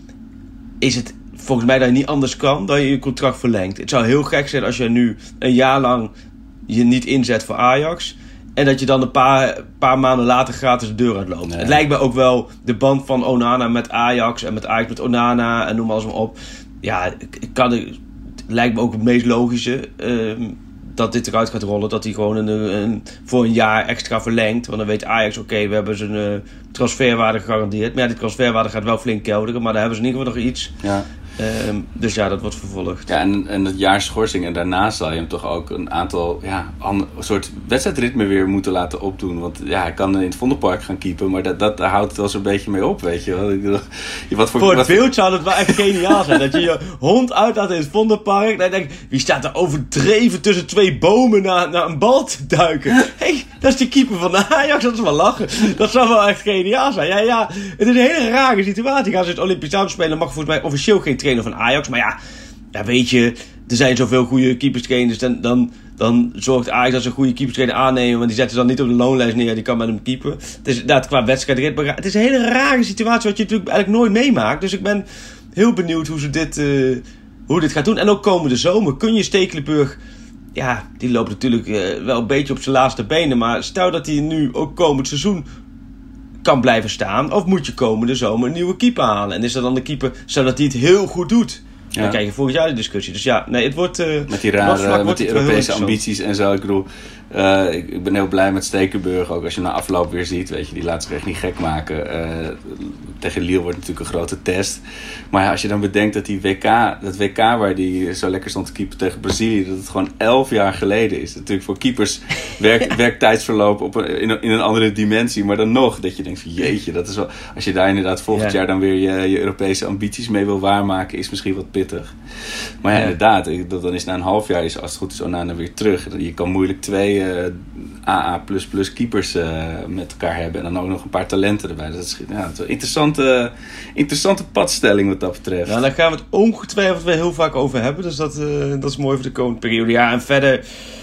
Is het volgens mij dat je niet anders kan dan je contract verlengt. Het zou heel gek zijn als je nu een jaar lang je niet inzet voor Ajax. En dat je dan een paar maanden later gratis de deur uitloopt. Nee. Het lijkt me ook wel de band van Onana met Ajax. En met Ajax met Onana en noem alles maar op. Ja, het lijkt me ook het meest logische dat dit eruit gaat rollen. Dat hij gewoon voor een jaar extra verlengt. Want dan weet Ajax, oké, we hebben zijn transferwaarde gegarandeerd. Maar ja, die transferwaarde gaat wel flink kelderen. Maar daar hebben ze in ieder geval nog iets. Ja. Dus ja, dat wordt vervolgd. Ja, en het jaar schorsing. En daarna zal je hem toch ook een aantal een soort wedstrijdritme weer moeten laten opdoen. Want ja, hij kan in het Vondelpark gaan keepen. Maar daar houdt het wel zo'n beetje mee op, weet je wel. Voor het beeld zou dat wel echt geniaal zijn. Dat je je hond uitlaat in het Vondelpark. Dan denk je, wie staat er overdreven tussen twee bomen naar een bal te duiken? Hé, dat is de keeper van de Ajax. Dat is wel lachen. Dat zou wel echt geniaal zijn. Ja, het is een hele rare situatie. Gaan ze het Olympisch spelen, mag volgens mij officieel geen trainer van Ajax. Maar ja, weet je, er zijn zoveel goede keeperstrainers. Dan zorgt Ajax dat ze een goede keeperstrainer aannemen. Want die zetten ze dan niet op de loonlijst neer. Die kan met hem keeper. Het is inderdaad qua wedstrijdritme. Het is een hele rare situatie wat je natuurlijk eigenlijk nooit meemaakt. Dus ik ben heel benieuwd hoe dit gaat doen. En ook komende zomer kun je Stekelenburg. Ja, die loopt natuurlijk wel een beetje op zijn laatste benen. Maar stel dat hij nu ook komend seizoen kan blijven staan. Of moet je komende zomer een nieuwe keeper halen? En is dat dan de keeper, zodat hij het heel goed doet? Ja. Dan krijg je volgend jaar de discussie. Dus ja, nee, het wordt met die Europese ambities en zo. Ik bedoel, ik ben heel blij met Stekelenburg. Ook als je na afloop weer ziet, weet je, die laat zich echt niet gek maken. Tegen Lille wordt natuurlijk een grote test. Maar ja, als je dan bedenkt dat dat WK waar die zo lekker stond te keeper tegen Brazilië, dat het gewoon 11 jaar geleden is. Natuurlijk voor keepers werkt tijdsverloop in een andere dimensie. Maar dan nog, dat je denkt van jeetje, dat is wel, als je daar inderdaad volgend jaar dan weer je Europese ambities mee wil waarmaken, is misschien wat pittig. Maar ja, inderdaad, dan is na een half jaar, als het goed is, Onana weer terug. Je kan moeilijk 2 AA++ keepers met elkaar hebben. En dan ook nog een paar talenten erbij. Dat is een interessante padstelling wat dat betreft. Nou, daar gaan we het ongetwijfeld weer heel vaak over hebben. Dus dat is mooi voor de komende periode. Ja, en verder,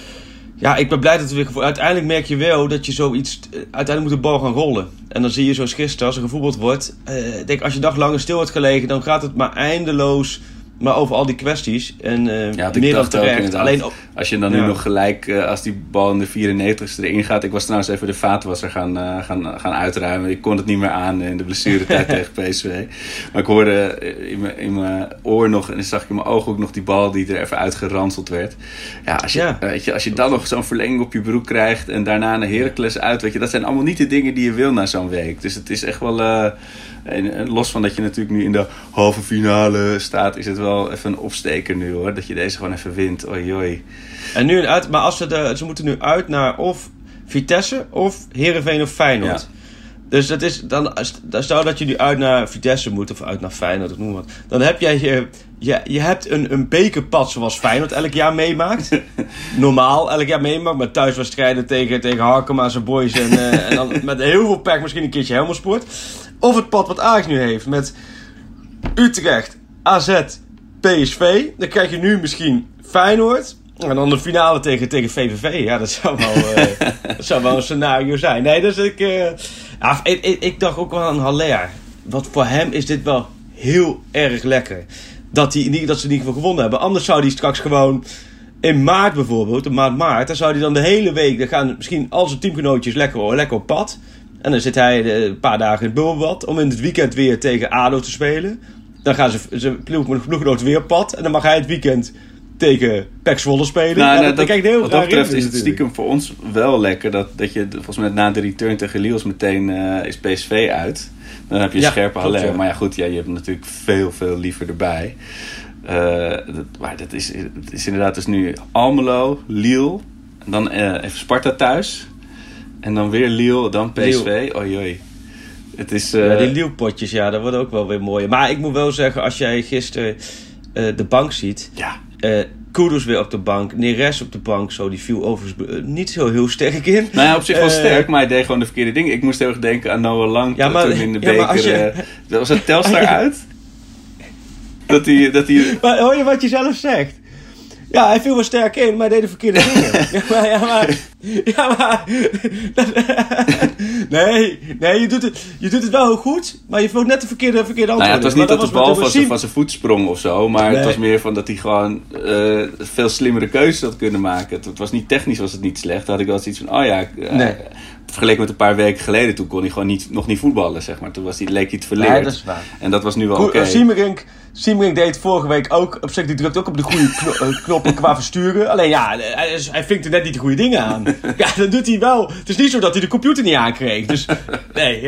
ja, ik ben blij dat we weer. Uiteindelijk merk je wel dat je zoiets. Uiteindelijk moet de bal gaan rollen. En dan zie je zoals gisteren, als er gevoetbald wordt. Denk, als je dag langer stil wordt gelegen, dan gaat het maar eindeloos. Maar over al die kwesties. En meer dan terecht. Alleen als je dan nu nog gelijk, als die bal in de 94ste erin gaat. Ik was trouwens even de vaatwasser gaan uitruimen. Ik kon het niet meer aan in de blessuretijd tegen PSV. Maar ik hoorde in mijn oor nog, en dan zag ik in mijn ogen ook nog die bal die er even uitgeranseld werd. Ja, als je dan nog zo'n verlenging op je broek krijgt en daarna een Heracles uit, weet je, dat zijn allemaal niet de dingen die je wil na zo'n week. Dus het is echt wel. En los van dat je natuurlijk nu in de halve finale staat, is het wel even een opsteker nu hoor. Dat je deze gewoon even wint. Oei. En nu maar als ze moeten nu uit naar of Vitesse of Heerenveen of Feyenoord. Ja. Dus dat is dan stel dat je nu uit naar Vitesse moet of uit naar Feyenoord of noem wat. Dan heb jij je hebt een bekerpad zoals Feyenoord elk jaar meemaakt. Normaal elk jaar meemaakt. Met thuiswedstrijden tegen Harkema en zijn boys. En dan met heel veel pech misschien een keertje Helmond Sport. Of het pad wat Ajax nu heeft met Utrecht, AZ, PSV. Dan krijg je nu misschien Feyenoord. En dan de finale tegen VVV. Ja, dat zou wel een scenario zijn. Nee, dus ik dacht ook wel aan Haller. Want voor hem is dit wel heel erg lekker. Dat ze in ieder geval gewonnen hebben. Anders zou hij straks gewoon in maart bijvoorbeeld, in maart, dan zou hij dan de hele week, dan gaan misschien al zijn teamgenootjes lekker op pad. En dan zit hij een paar dagen in het bubbelbad om in het weekend weer tegen ADO te spelen. Dan gaan ze ploeggenoten weer op pad. En dan mag hij het weekend tegen PEC Zwolle spelen. Wat dat betreft is het stiekem voor ons wel lekker dat je volgens mij na de return tegen Lille meteen is PSV uit. Dan heb je een scherpe Haller. Ja. Maar ja goed, je hebt hem natuurlijk veel, veel liever erbij. Maar het is inderdaad dus nu Almelo, Lille. En dan even Sparta thuis. En dan weer Lille, dan PSV. Oei. Het is... Die Lille-potjes, dat worden ook wel weer mooie. Maar ik moet wel zeggen, als jij gisteren de bank ziet... Ja. Kudus weer op de bank, Neres op de bank, zo, die viel overigens niet zo heel sterk in. Nou ja, op zich wel sterk, maar hij deed gewoon de verkeerde dingen. Ik moest heel erg denken aan Noah Lang toen in de beker... was het Telstar uit? Dat hij... Maar hoor je wat je zelf zegt? Ja, hij viel wel sterk in, maar hij deed de verkeerde dingen. Nee, je doet het wel heel goed, maar je vult net de verkeerde antwoord. Nou ja, het was niet dat de bal van zijn voet sprong of zo, maar het was meer van dat hij gewoon veel slimmere keuzes had kunnen maken. Het was niet technisch, was het niet slecht. Daar had ik wel zoiets van, vergeleken met een paar weken geleden, toen kon hij gewoon nog niet voetballen, zeg maar. Toen leek hij te verleerd. Nee, dat is waar. En dat was nu wel oké. Siemerink deed vorige week ook, op zich, die drukt ook op de goede knoppen qua versturen. Alleen hij vinkt er net niet de goede dingen aan. Ja, dan doet hij wel. Het is niet zo dat hij de computer niet aankreeg. Dus, nee,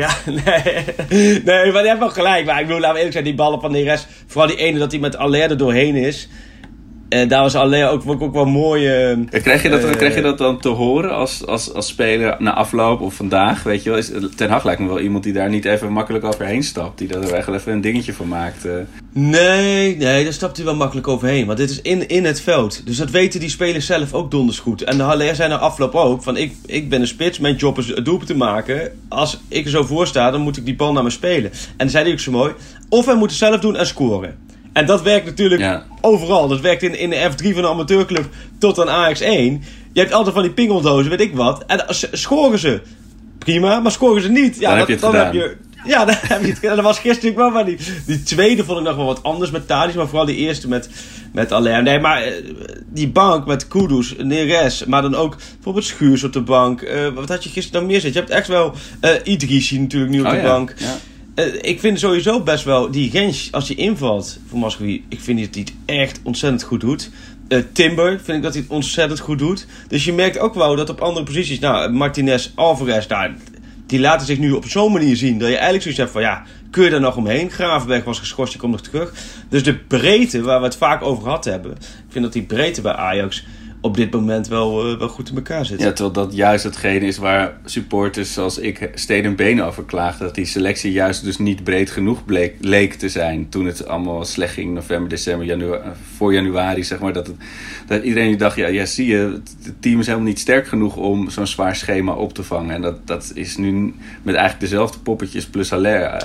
maar je hebt wel gelijk. Maar ik bedoel, laten we eerlijk zijn, die ballen van Neres, vooral die ene dat hij met Aller er doorheen is. En daar was Aller ook wel mooi... Krijg je dat dan te horen als speler na afloop of vandaag? Weet je wel, Ten Hag lijkt me wel iemand die daar niet even makkelijk overheen stapt. Die er echt wel even een dingetje van maakt. Nee, daar stapt hij wel makkelijk overheen. Want dit is in het veld. Dus dat weten die spelers zelf ook donders goed. En de Haller zei na afloop ook van ik ben een spits. Mijn job is het doelpunt te maken. Als ik er zo voor sta, dan moet ik die bal naar me spelen. En dan zei hij ook zo mooi. Of hij moet het zelf doen en scoren. En dat werkt natuurlijk overal. Dat werkt in de F3 van een amateurclub tot aan Ajax 1. Je hebt altijd van die pingeldozen, weet ik wat. En scoren ze. Prima, maar scoren ze niet. Ja, dan heb je het gedaan. Dan heb je het gedaan. Dat was gisteren wel, maar die tweede vond ik nog wel wat anders met Tadic. Maar vooral die eerste met Aller. Nee, maar die bank met Kudus, Neres. Maar dan ook bijvoorbeeld Schuurs op de bank. Wat had je gisteren dan meer zitten? Je hebt echt wel Idrissi natuurlijk nu op de bank. Ja. Ik vind sowieso best wel die Gensch, als hij invalt voor Mascovi, ik vind dat hij het echt ontzettend goed doet. Timber vind ik dat hij het ontzettend goed doet. Dus je merkt ook wel dat op andere posities, Martinez, Alvarez, die laten zich nu op zo'n manier zien dat je eigenlijk zoiets hebt van kun je daar nog omheen? Gravenberg was geschorst, die komt nog terug. Dus de breedte waar we het vaak over gehad hebben, ik vind dat die breedte bij Ajax op dit moment wel goed in elkaar zit. Ja, terwijl dat juist hetgene is waar supporters zoals ik steen en been over klaagden. Dat die selectie juist dus niet breed genoeg leek te zijn. Toen het allemaal slecht ging, november, december, voor januari, zeg maar. Dat iedereen dacht, zie je, het team is helemaal niet sterk genoeg om zo'n zwaar schema op te vangen. En dat is nu met eigenlijk dezelfde poppetjes plus Aller.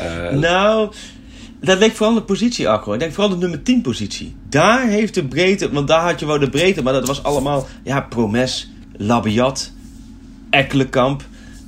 Dat leek vooral de positie, Akko. Ik denk vooral de nummer 10 positie. Daar heeft de breedte, want daar had je wel de breedte, maar dat was allemaal, Promes, Labiat, Ekkelenkamp.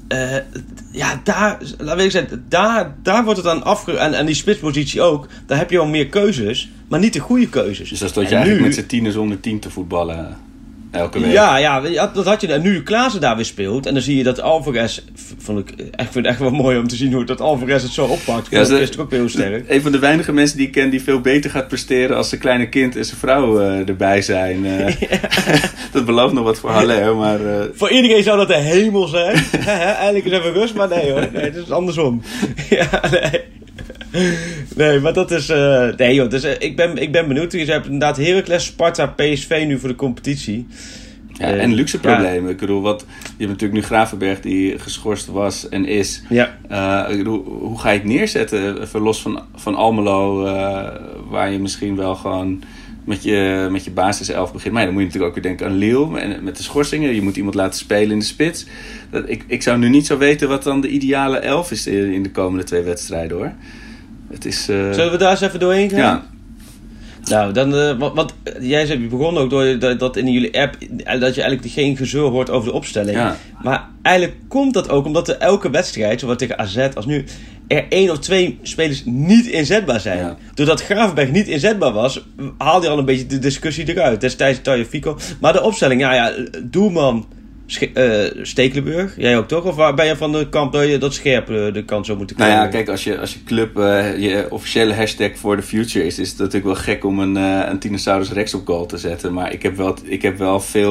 Daar wordt het aan afge... En die spitspositie ook, daar heb je wel meer keuzes, maar niet de goede keuzes. Dus dan stond je eigenlijk met z'n 10 zonder 10 te voetballen elke week. Ja, dat had je. En nu Klaassen daar weer speelt. En dan zie je dat Alvarez... Ik vind het echt wel mooi om te zien hoe dat Alvarez het zo oppakt. Ik vind het gisteren ook weer heel sterk. Een van de weinige mensen die ik ken die veel beter gaat presteren als zijn kleine kind en zijn vrouw erbij zijn. Dat belooft nog wat voor Haller, maar... Voor iedereen zou dat de hemel zijn. Eindelijk is even rust, maar nee hoor. Nee, het is andersom. Nee, maar dat is... Dus ik ben benieuwd. Je hebt inderdaad Heracles, Sparta, PSV nu voor de competitie. Ja, en luxe problemen. Ik bedoel, je hebt natuurlijk nu Gravenberg die geschorst was en is. Ja. Ik bedoel, hoe ga je het neerzetten? Even los van Almelo, waar je misschien wel gewoon met je basiself begint. Maar dan moet je natuurlijk ook weer denken aan Lille met de schorsingen. Je moet iemand laten spelen in de spits. Ik zou nu niet zo weten wat dan de ideale 11 is in de komende 2 wedstrijden, hoor. Het is, Zullen we daar eens even doorheen gaan? Ja. Nou, dan, want jij zei, je begon ook door dat in jullie app, dat je eigenlijk geen gezeur hoort over de opstelling. Ja. Maar eigenlijk komt dat ook omdat er elke wedstrijd, zowel tegen AZ als nu, er 1 of 2 spelers niet inzetbaar zijn. Ja. Doordat Gravenberg niet inzetbaar was, haalde je al een beetje de discussie eruit. Destijds Tagliafico. Maar de opstelling, doelman Stekelenburg, jij ook toch? Of ben je van de kamp dat Scherp de kans zou moeten krijgen? Nou ja, kijk, als je club je officiële hashtag for the future is het natuurlijk wel gek om een Tyrannosaurus Rex op goal te zetten. Maar ik heb wel veel...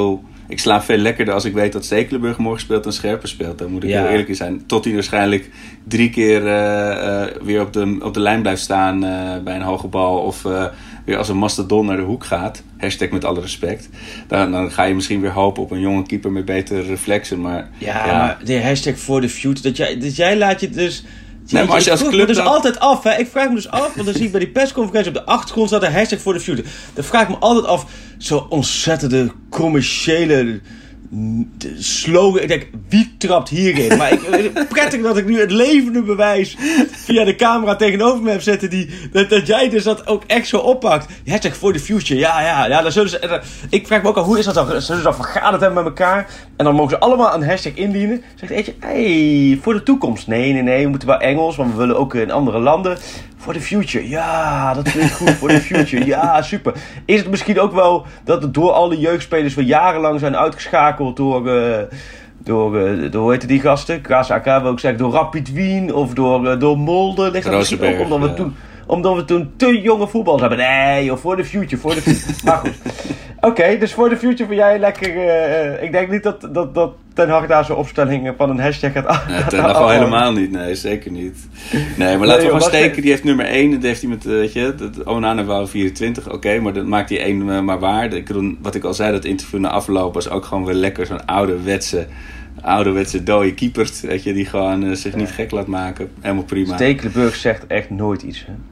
ik slaap veel lekkerder als ik weet dat Stekelenburg morgen speelt en Scherpen speelt. Dan moet ik heel eerlijk in zijn. Tot hij waarschijnlijk 3 keer weer op de lijn blijft staan bij een hoge bal. Of weer als een mastodon naar de hoek gaat. Hashtag met alle respect. Dan ga je misschien weer hopen op een jonge keeper met betere reflexen. Maar, maar de hashtag for the future. Dat jij laat je dus... Nee, maar als je als club dus altijd af, hè? Ik vraag me dus af, want dan zie ik bij die persconferentie op de achtergrond staat een hashtag for the future. Dan vraag ik me altijd af, zo'n ontzettende commerciële slogan. Ik denk, wie trapt hierin? Maar prettig dat ik nu het levende bewijs via de camera tegenover me heb zitten, dat jij dus dat ook echt zo oppakt. Hashtag for the future, ja, dan zullen ze... Ik vraag me ook al, hoe is dat dan? Zullen ze dan vergaderd hebben met elkaar? En dan mogen ze allemaal een hashtag indienen. Zegt eentje, hey, voor de toekomst. Nee, we moeten wel Engels, want we willen ook in andere landen. For the future, ja, dat vind ik goed. For the future, ja, super. Is het misschien ook wel dat het door alle jeugdspelers we jarenlang zijn uitgeschakeld door hoe heet die gasten? KSAK wil ik zeggen, door Rapid Wien of door Molde. Ligt dat misschien ook omdat we toen te jonge voetballers hebben. Nee, for the future. Maar goed. Oké, dus for the future vind jij lekker... ik denk niet dat Ten Hag daar zo'n opstelling van een hashtag gaat... Ten Hag al helemaal niet, nee, zeker niet. Nee, maar laten we gewoon steken. Die heeft nummer 1. Dat heeft hij met, weet je... Onana wou 24, oké, maar dat maakt die 1 maar waar. Wat ik al zei, dat interview na afloop was ook gewoon weer lekker. Zo'n ouderwetse dode keeper, weet je, die gewoon zich niet gek laat maken. Helemaal prima. Stekelenburg zegt echt nooit iets, hè?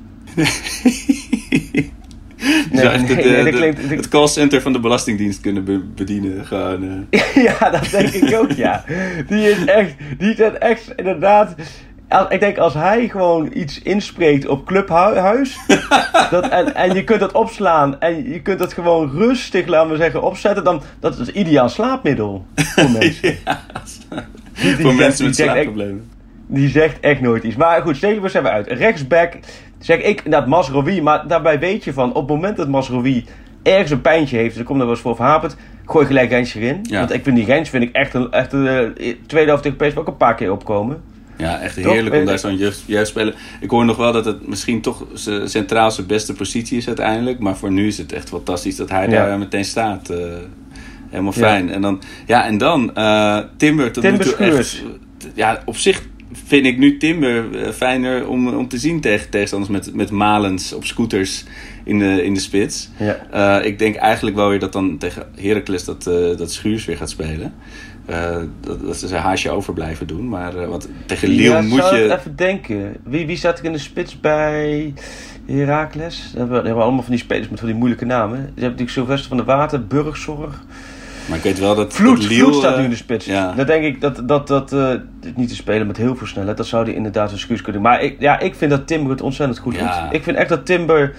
Het callcenter van de Belastingdienst kunnen bedienen. Gewoon, Ja, dat denk ik ook, ja. Die is echt inderdaad... Ik denk als hij gewoon iets inspreekt op Clubhuis... en je kunt dat opslaan en je kunt dat gewoon rustig, laten we zeggen, opzetten... dan dat is het ideaal slaapmiddel voor mensen. Voor mensen met slaapproblemen. Die zegt echt nooit iets. Maar goed, Stekelenburg zijn we uit. Rechtsback zeg ik inderdaad Mazraoui. Maar daarbij weet je van, op het moment dat Mazraoui ergens een pijntje heeft... er komt nog wel eens voor verhaperd... gooi gelijk Rensje erin. Ja. Want ik vind die Rens echt een tweede helft tegen PSV ook een paar keer opkomen. Ja, echt heerlijk om daar zo'n jeugdspeler... Ik hoor nog wel dat het misschien toch centraal zijn beste positie is uiteindelijk. Maar voor nu is het echt fantastisch dat hij daar meteen staat. Helemaal fijn. Ja. En dan Timber tot nu toe echt... Ja, op zich vind ik nu Timber fijner om te zien tegen tegenstanders met Malens op scooters in de spits. Ja. Ik denk eigenlijk wel weer dat dan tegen Heracles dat Schuurs weer gaat spelen. Dat ze zijn haasje over blijven doen. Maar want tegen Lille moet je... Ik even denken. Wie zat ik in de spits bij Heracles? We hebben allemaal van die spelers met van die moeilijke namen. Je hebt natuurlijk Sylvester van der Water, Burgzorg. Maar ik weet wel dat Vloed staat nu in de spits. Ja. Dan denk ik dat niet te spelen met heel veel snelheid. Dat zou hij inderdaad een excuus kunnen doen. Maar ik vind dat Timber het ontzettend goed doet. Ik vind echt dat Timber...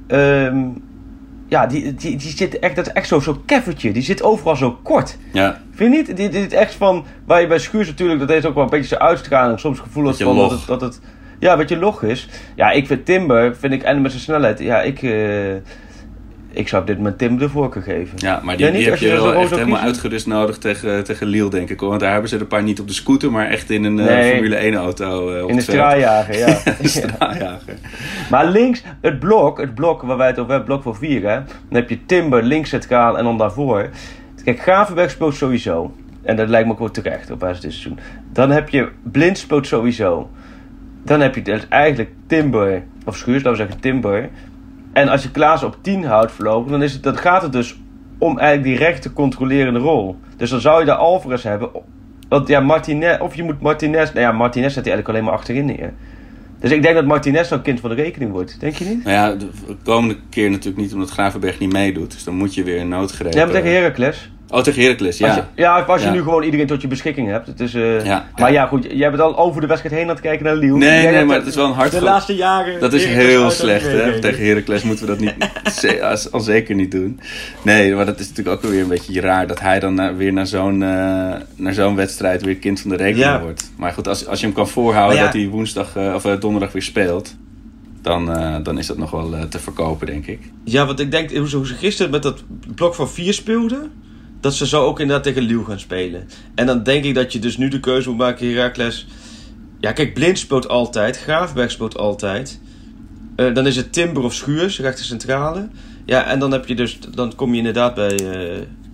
die zit echt... Dat is echt zo'n keffertje. Die zit overal zo kort. Ja. Vind je niet? Dit is echt van... Waar je bij Schuurs natuurlijk... Dat heeft ook wel een beetje zijn uitstraling. Soms gevoel dat het... Ja, een beetje log is. Ja, ik vind Timber... En met zijn snelheid... Ja, ik zou op dit moment Tim de voorkeur geven. Ja, maar die heb je wel echt helemaal uitgerust nodig tegen Lille, denk ik. Want daar hebben ze er een paar niet op de scooter, maar echt in een Formule 1 auto. In de straaljager, ja. Straaljager. Maar links, het blok waar wij het over hebben, blok voor 4, hè. Dan heb je Timber links centraal en dan daarvoor. Kijk, Gravenberg speelt sowieso. En dat lijkt me ook wel terecht op basis dit seizoen. Dan heb je Blind speelt sowieso. Dan heb je dus eigenlijk Timber, of Schuurs, laten we zeggen Timber... En als je Klaas op 10 houdt voorlopig, dan gaat het dus om eigenlijk die rechte controlerende rol. Dus dan zou je daar Alvarez hebben. Want ja, Martinez, of je moet Martinez... Nou ja, Martinez zet hij eigenlijk alleen maar achterin neer. Dus ik denk dat Martinez zo'n kind van de rekening wordt. Denk je niet? Nou ja, de komende keer natuurlijk niet, omdat Gravenberg niet meedoet. Dus dan moet je weer een noodgreep... Ja, maar tegen Heracles. Oh, tegen Heracles, ja. Als je nu gewoon iedereen tot je beschikking hebt. Het is, maar ja, goed. Jij bent al over de wedstrijd heen aan het kijken naar Lille. Nee, maar het is wel een hard... De laatste jaren... Dat is heel slecht, hè. Tegen Heracles moeten we dat niet... al zeker niet doen. Nee, maar dat is natuurlijk ook weer een beetje raar... dat hij dan weer naar zo'n wedstrijd... weer kind van de rekening wordt. Maar goed, als je hem kan voorhouden... dat hij woensdag of donderdag weer speelt... Dan is dat nog wel te verkopen, denk ik. Ja, want ik denk... Hoe ze gisteren met dat blok van 4 speelden... dat ze zo ook inderdaad tegen Lille gaan spelen. En dan denk ik dat je dus nu de keuze moet maken... Heracles... Ja, kijk, Blind speelt altijd. Gravenberg speelt altijd. Dan is het Timber of Schuurs, rechter centrale. Ja, en dan heb je dus... Dan kom je inderdaad bij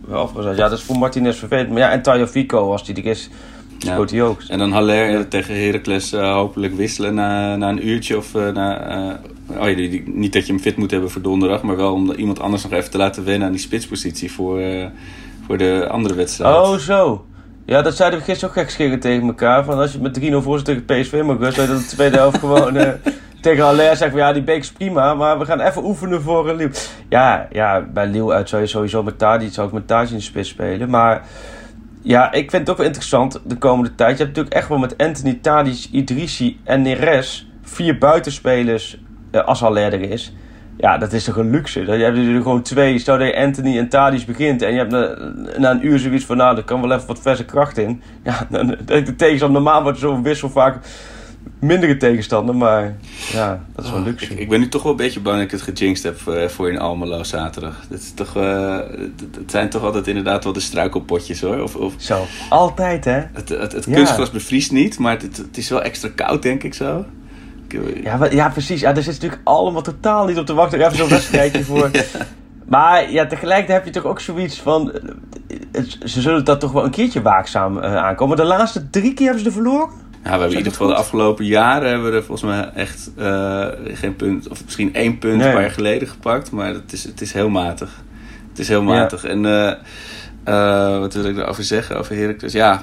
afgezet. Ja, dat is voor Martinez vervelend. Maar ja, en Tagliafico, als die er is, schoot hij ook. En dan Haller tegen Heracles hopelijk wisselen na een uurtje. Of niet dat je hem fit moet hebben voor donderdag, maar wel om iemand anders nog even te laten wennen aan die spitspositie voor de andere wedstrijd. Oh, zo. Ja, dat zeiden we gisteren ook gekscherend tegen elkaar. Van als je met 3-0 voor zit tegen PSV mag, zou je dat de tweede helft gewoon tegen Haller zeggen van die beek is prima, maar we gaan even oefenen voor Lille. Ja, bij Lille uit zou je sowieso met Tadic in de spits spelen. Maar ja, ik vind het ook wel interessant de komende tijd. Je hebt natuurlijk echt wel met Anthony, Tadic, Idrissi en Neres 4 buitenspelers als Haller er is. Ja, dat is toch een luxe. Je hebt er gewoon 2. Stel dat je Anthony en Tadic begint en je hebt na een uur zoiets van, er kan wel even wat verse kracht in. Ja, de tegenstander, normaal wordt zo'n wissel vaak mindere tegenstander, maar ja, dat is wel luxe. Ik ben nu toch wel een beetje bang dat ik het gejinxed heb voor in Almelo zaterdag. Dat is toch, het zijn toch altijd inderdaad wel de struikelpotjes hoor. Of zo, altijd hè? Het kunstgras bevriest niet, maar het is wel extra koud denk ik zo. Ja, precies. Ja, er zit natuurlijk allemaal totaal niet op te wachten. Er even zo'n wedstrijdje voor. Ja. Maar ja, tegelijkertijd heb je toch ook zoiets van, ze zullen dat toch wel een keertje waakzaam aankomen. De laatste 3 keer hebben ze er verloren. Ja, we hebben in ieder geval de afgelopen jaren hebben we er volgens mij echt geen punt, of misschien 1 punt een paar jaar geleden gepakt. Maar het is heel matig. Het is heel matig. Ja. En wat wil ik erover zeggen, over Heracles? Ja,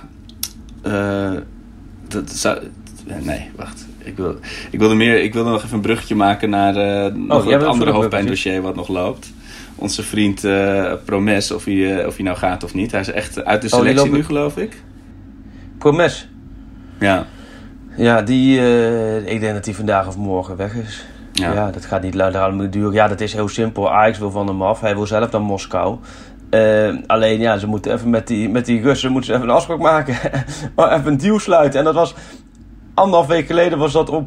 nee, wacht. Ik wilde nog even een bruggetje maken naar het andere hoofdpijndossier wat nog loopt. Onze vriend Promes, of hij nou gaat of niet. Hij is echt uit de selectie nu, geloof ik. Promes? Ja. Ja, ik denk dat hij vandaag of morgen weg is. Ja, dat gaat niet lang duren. Ja, dat is heel simpel. Ajax wil van hem af. Hij wil zelf naar Moskou. Alleen ja, ze moeten even met die Russen moeten ze even een afspraak maken. Even een deal sluiten. En dat was 1,5 week geleden was dat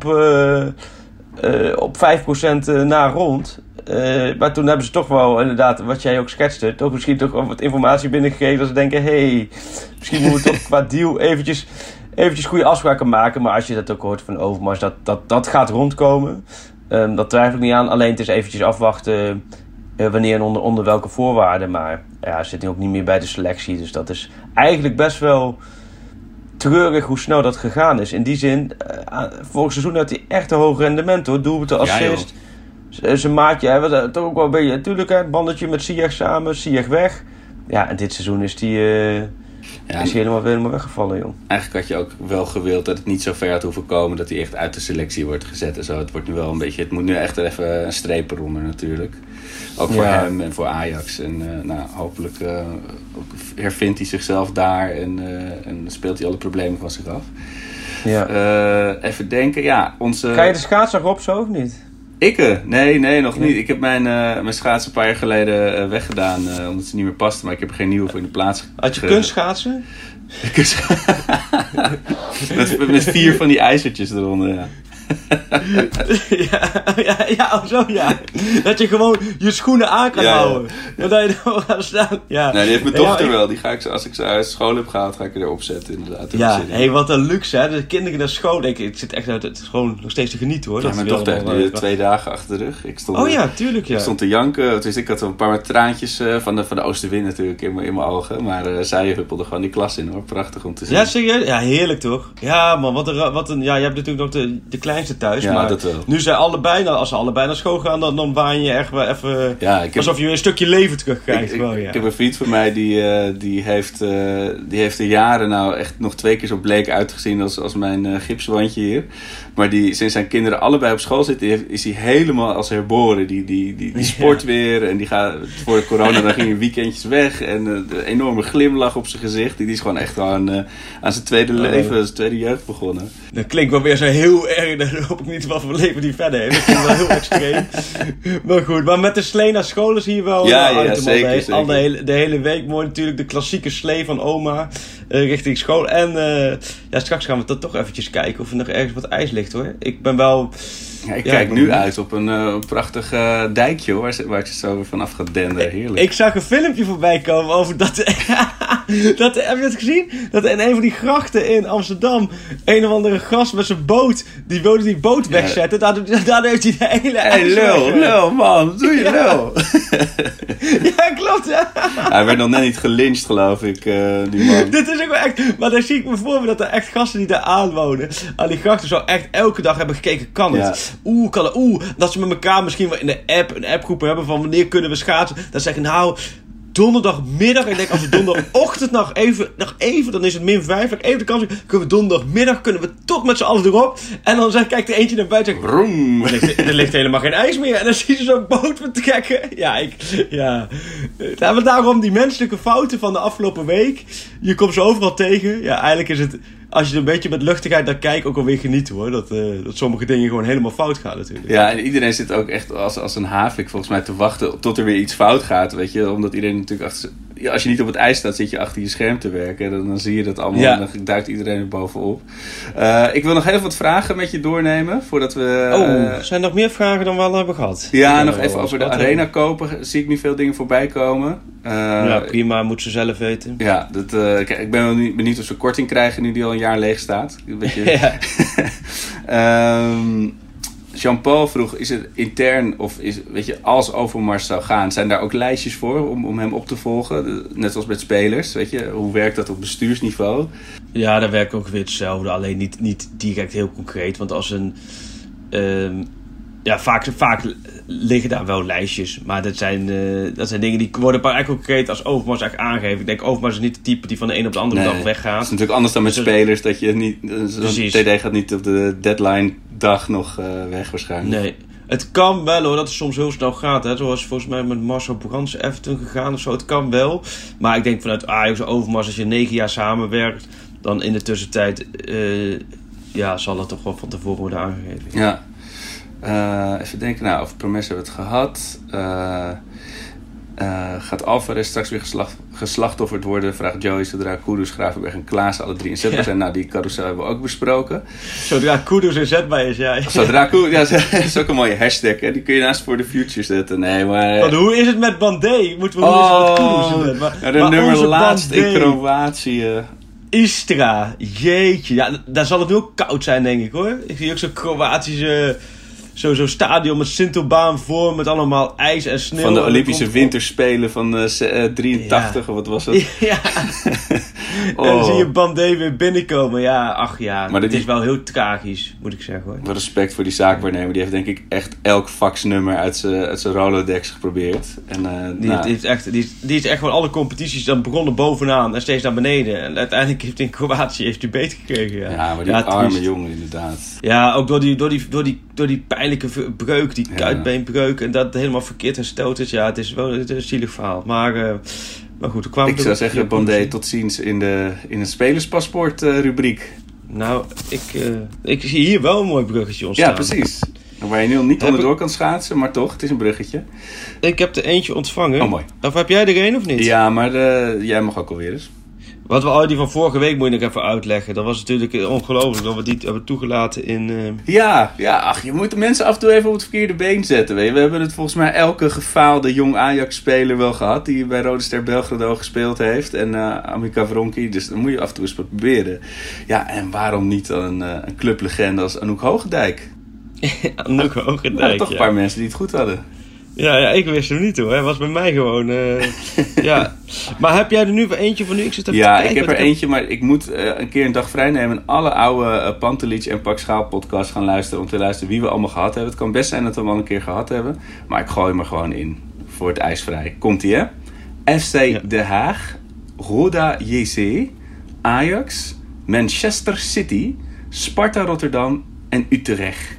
op 5% na rond. Maar toen hebben ze toch wel inderdaad, wat jij ook schetste, toch misschien toch wat informatie binnengegeven. Dat ze denken, misschien moeten we toch qua deal eventjes goede afspraken maken. Maar als je dat ook hoort van Overmars, dat gaat rondkomen. Dat twijfel ik niet aan. Alleen het is eventjes afwachten wanneer en onder welke voorwaarden. Maar ja, hij zit nu ook niet meer bij de selectie. Dus dat is eigenlijk best wel treurig hoe snel dat gegaan is. In die zin, vorig seizoen had hij echt een hoog rendement hoor. Doelpunten, assist. Zijn maatje, hij was toch ook wel een beetje, natuurlijk het bandetje met Ziyech samen, Ziyech weg. Ja, en dit seizoen is hij helemaal weggevallen, joh. Eigenlijk had je ook wel gewild dat het niet zo ver had hoeven komen dat hij echt uit de selectie wordt gezet en zo. Het wordt nu wel een beetje, het moet nu echt even een streep eronder natuurlijk. Ook voor hem en voor Ajax. En hopelijk hervindt hij zichzelf daar en speelt hij alle problemen van zich af. Ja. Even denken, Ga je de schaatsen op zo of niet? Nee, nog niet. Ik heb mijn schaatsen een paar jaar geleden weggedaan, omdat ze niet meer pasten. Maar ik heb er geen nieuwe voor in de plaats gekregen. Had je kunstschaatsen? met 4 van die ijzertjes eronder, ja. Ja. Dat je gewoon je schoenen aan kan houden. Dat je dan gaat staan. Ja. Nee, die heeft mijn dochter wel. Die ga ik, als ik ze uit school heb gehaald, ga ik erop zetten inderdaad. Ja, wat een luxe hè. De kinderen naar school. Ik zit echt uit het gewoon nog steeds te genieten hoor. Ja, mijn dochter heeft nu 2 dagen achter de rug. Tuurlijk ja. Ik stond te janken. Dus ik had een paar traantjes van de oostenwind natuurlijk in mijn ogen. Maar zij huppelde gewoon die klas in hoor. Prachtig om te zien. Ja, serieus? Ja, heerlijk toch? Ja man, wat een je hebt natuurlijk nog de kleinste thuis. Ja, maar dat wel. Nu zijn als ze allebei naar school gaan, dan waan je echt wel even alsof je een stukje leven terugkrijgt. Ik heb een vriend van mij die heeft er jaren nou echt nog 2 keer zo bleek uitgezien als mijn gipswandje hier. Maar sinds zijn kinderen allebei op school zitten, is hij helemaal als herboren. Die sport weer en die gaat voor de corona dan ging hij weekendjes weg en een enorme glimlach op zijn gezicht. Die is gewoon echt aan zijn tweede leven, zijn tweede jeugd begonnen. Dat klinkt wel weer zo heel erg. Dan hoop ik niet wat voor leven die verder heeft. Dat vind ik wel heel extreem. Maar goed, maar met de slee naar school is hier wel zeker. De hele week mooi natuurlijk de klassieke slee van oma richting school. En straks gaan we dat toch eventjes kijken of er nog ergens wat ijs ligt hoor. Ik ben wel... Ja, ik kijk nu uit op een prachtig dijkje hoor, waar je zo vanaf gaat denderen. Heerlijk. Ik zag een filmpje voorbij komen over dat... Heb je het gezien? Dat in een van die grachten in Amsterdam een of andere gast met zijn boot, die wilde die boot wegzetten. Daardoor heeft hij de hele ijs lul, man. Doe je lul. Ja, klopt, ja. Hij werd nog net niet gelyncht, geloof ik, die man. Dit is ook wel echt... Maar dan zie ik me voor me dat er echt gasten die daar aanwonen, aan die grachten zo echt elke dag hebben gekeken, kan het? Ja. Kan het? Dat ze met elkaar misschien wel in de een appgroep hebben van wanneer kunnen we schaatsen. Dan zeggen nou... Donderdagmiddag, ik denk als we donderdagochtend nog even, dan is het -5, even de kans, kunnen we donderdagmiddag, kunnen we toch met z'n allen erop. En dan kijkt er eentje naar buiten en zegt, er ligt helemaal geen ijs meer. En dan zie je zo'n boot vertrekken. Maar daarom die menselijke fouten van de afgelopen week, je komt ze overal tegen. Ja, eigenlijk is het, als je er een beetje met luchtigheid naar kijkt, ook alweer genieten hoor. Dat sommige dingen gewoon helemaal fout gaan natuurlijk. Ja, en iedereen zit ook echt als een havik volgens mij te wachten tot er weer iets fout gaat, weet je. Omdat iedereen natuurlijk als je niet op het ijs staat, zit je achter je scherm te werken. Dan zie je dat allemaal en dan duikt iedereen er bovenop. Ik wil nog even wat vragen met je doornemen, voordat we... zijn er nog meer vragen dan we al hebben gehad? Ja, nog even over de arena kopen. Zie ik nu veel dingen voorbij komen. Prima, moet ze zelf weten. Ja, kijk, ik ben wel benieuwd of ze korting krijgen nu die al een jaar leeg staat. Jean-Paul vroeg, is het intern of als Overmars zou gaan, zijn daar ook lijstjes voor om hem op te volgen? Net als met spelers, weet je? Hoe werkt dat op bestuursniveau? Ja, daar werkt ook weer hetzelfde, alleen niet direct heel concreet. Want als vaak liggen daar wel lijstjes. Maar dat zijn dingen die worden eigenlijk concreet als Overmars echt aangeven. Ik denk, Overmars is niet de type die van de een op de andere dag weggaat. Dat is natuurlijk anders dan met spelers. Dat je niet... Zo'n TD gaat niet op de deadline dag nog weg waarschijnlijk. Nee. Het kan wel hoor, dat het soms heel snel gaat. Hè. Zoals volgens mij met Marcel Brands Everton gegaan of zo. Het kan wel. Maar ik denk vanuit Ajax Overmars, als je 9 jaar samenwerkt, dan in de tussentijd zal het toch wel van tevoren worden aangegeven. Ja. Even denken, over Promes hebben we het gehad. Gaat Alvarez straks weer geslachtofferd worden? Vraagt Joey zodra Kudus, Gravenberg en Klaassen alle 3 inzetbaar zijn. Nou, die carousel hebben we ook besproken. Zodra Kudus inzetbaar is, ja. Zodra Kudus, dat is ook een mooie hashtag, hè? Die kun je naast voor de future zetten. Nee, maar... Want hoe is het met Bandé? Moeten we hoe is het met Kudus? De nummer laatst in Kroatië. Istra, jeetje. Ja, daar zal het nu ook koud zijn, denk ik, hoor. Ik zie ook zo'n Kroatische... Zo'n stadion met Sintelbaan voor, met allemaal ijs en sneeuw. Van de Olympische Winterspelen van 83, of wat was het? Ja. En dan zie je Bandé weer binnenkomen. Maar het is wel heel tragisch, moet ik zeggen, hoor. Wat respect voor die zaakwaarnemer. Die heeft denk ik echt elk faxnummer uit zijn Rolodex geprobeerd. En, die is echt gewoon alle competities dan begonnen bovenaan en steeds naar beneden. En uiteindelijk heeft hij in Kroatië beet gekregen. Ja, maar die arme jongen inderdaad. Ja, ook door die pijnlijke breuk, die kuitbeenbreuk en dat helemaal verkeerd hersteld is. Ja, het is een zielig verhaal. Maar goed, ik zou zeggen, Bandé, tot ziens in een spelerspaspoort rubriek. Nou, ik zie hier wel een mooi bruggetje ontstaan. Ja, precies. Waar je nu niet onderdoor kan schaatsen, maar toch, het is een bruggetje. Ik heb er eentje ontvangen. Oh, mooi. Of heb jij er een of niet? Ja, maar jij mag ook alweer eens. Die van vorige week moet je nog even uitleggen. Dat was natuurlijk ongelooflijk dat we die hebben toegelaten in... je moet de mensen af en toe even op het verkeerde been zetten. Weet je. We hebben het volgens mij elke gefaalde jong Ajax-speler wel gehad die bij Rode Ster Belgrado gespeeld heeft. En Amica Vronki, dus dan moet je af en toe eens proberen. Ja, en waarom niet dan een clublegende als Anouk Hoogendijk? Anouk Hoogendijk, toch een paar mensen die het goed hadden. Ja, ik wist hem niet hoor. Hij was bij mij gewoon... ja. Maar heb jij er nu eentje van nu? Ik zit even te kijken, ik heb er eentje, maar ik moet een keer een dag vrij nemen en alle oude Pantelic en Pak Schaal podcasts gaan luisteren om te luisteren wie we allemaal gehad hebben. Het kan best zijn dat we hem al een keer gehad hebben, maar ik gooi hem er gewoon in voor het ijsvrij. Komt-ie, hè? FC Den Haag, Roda JC, Ajax, Manchester City, Sparta Rotterdam en Utrecht.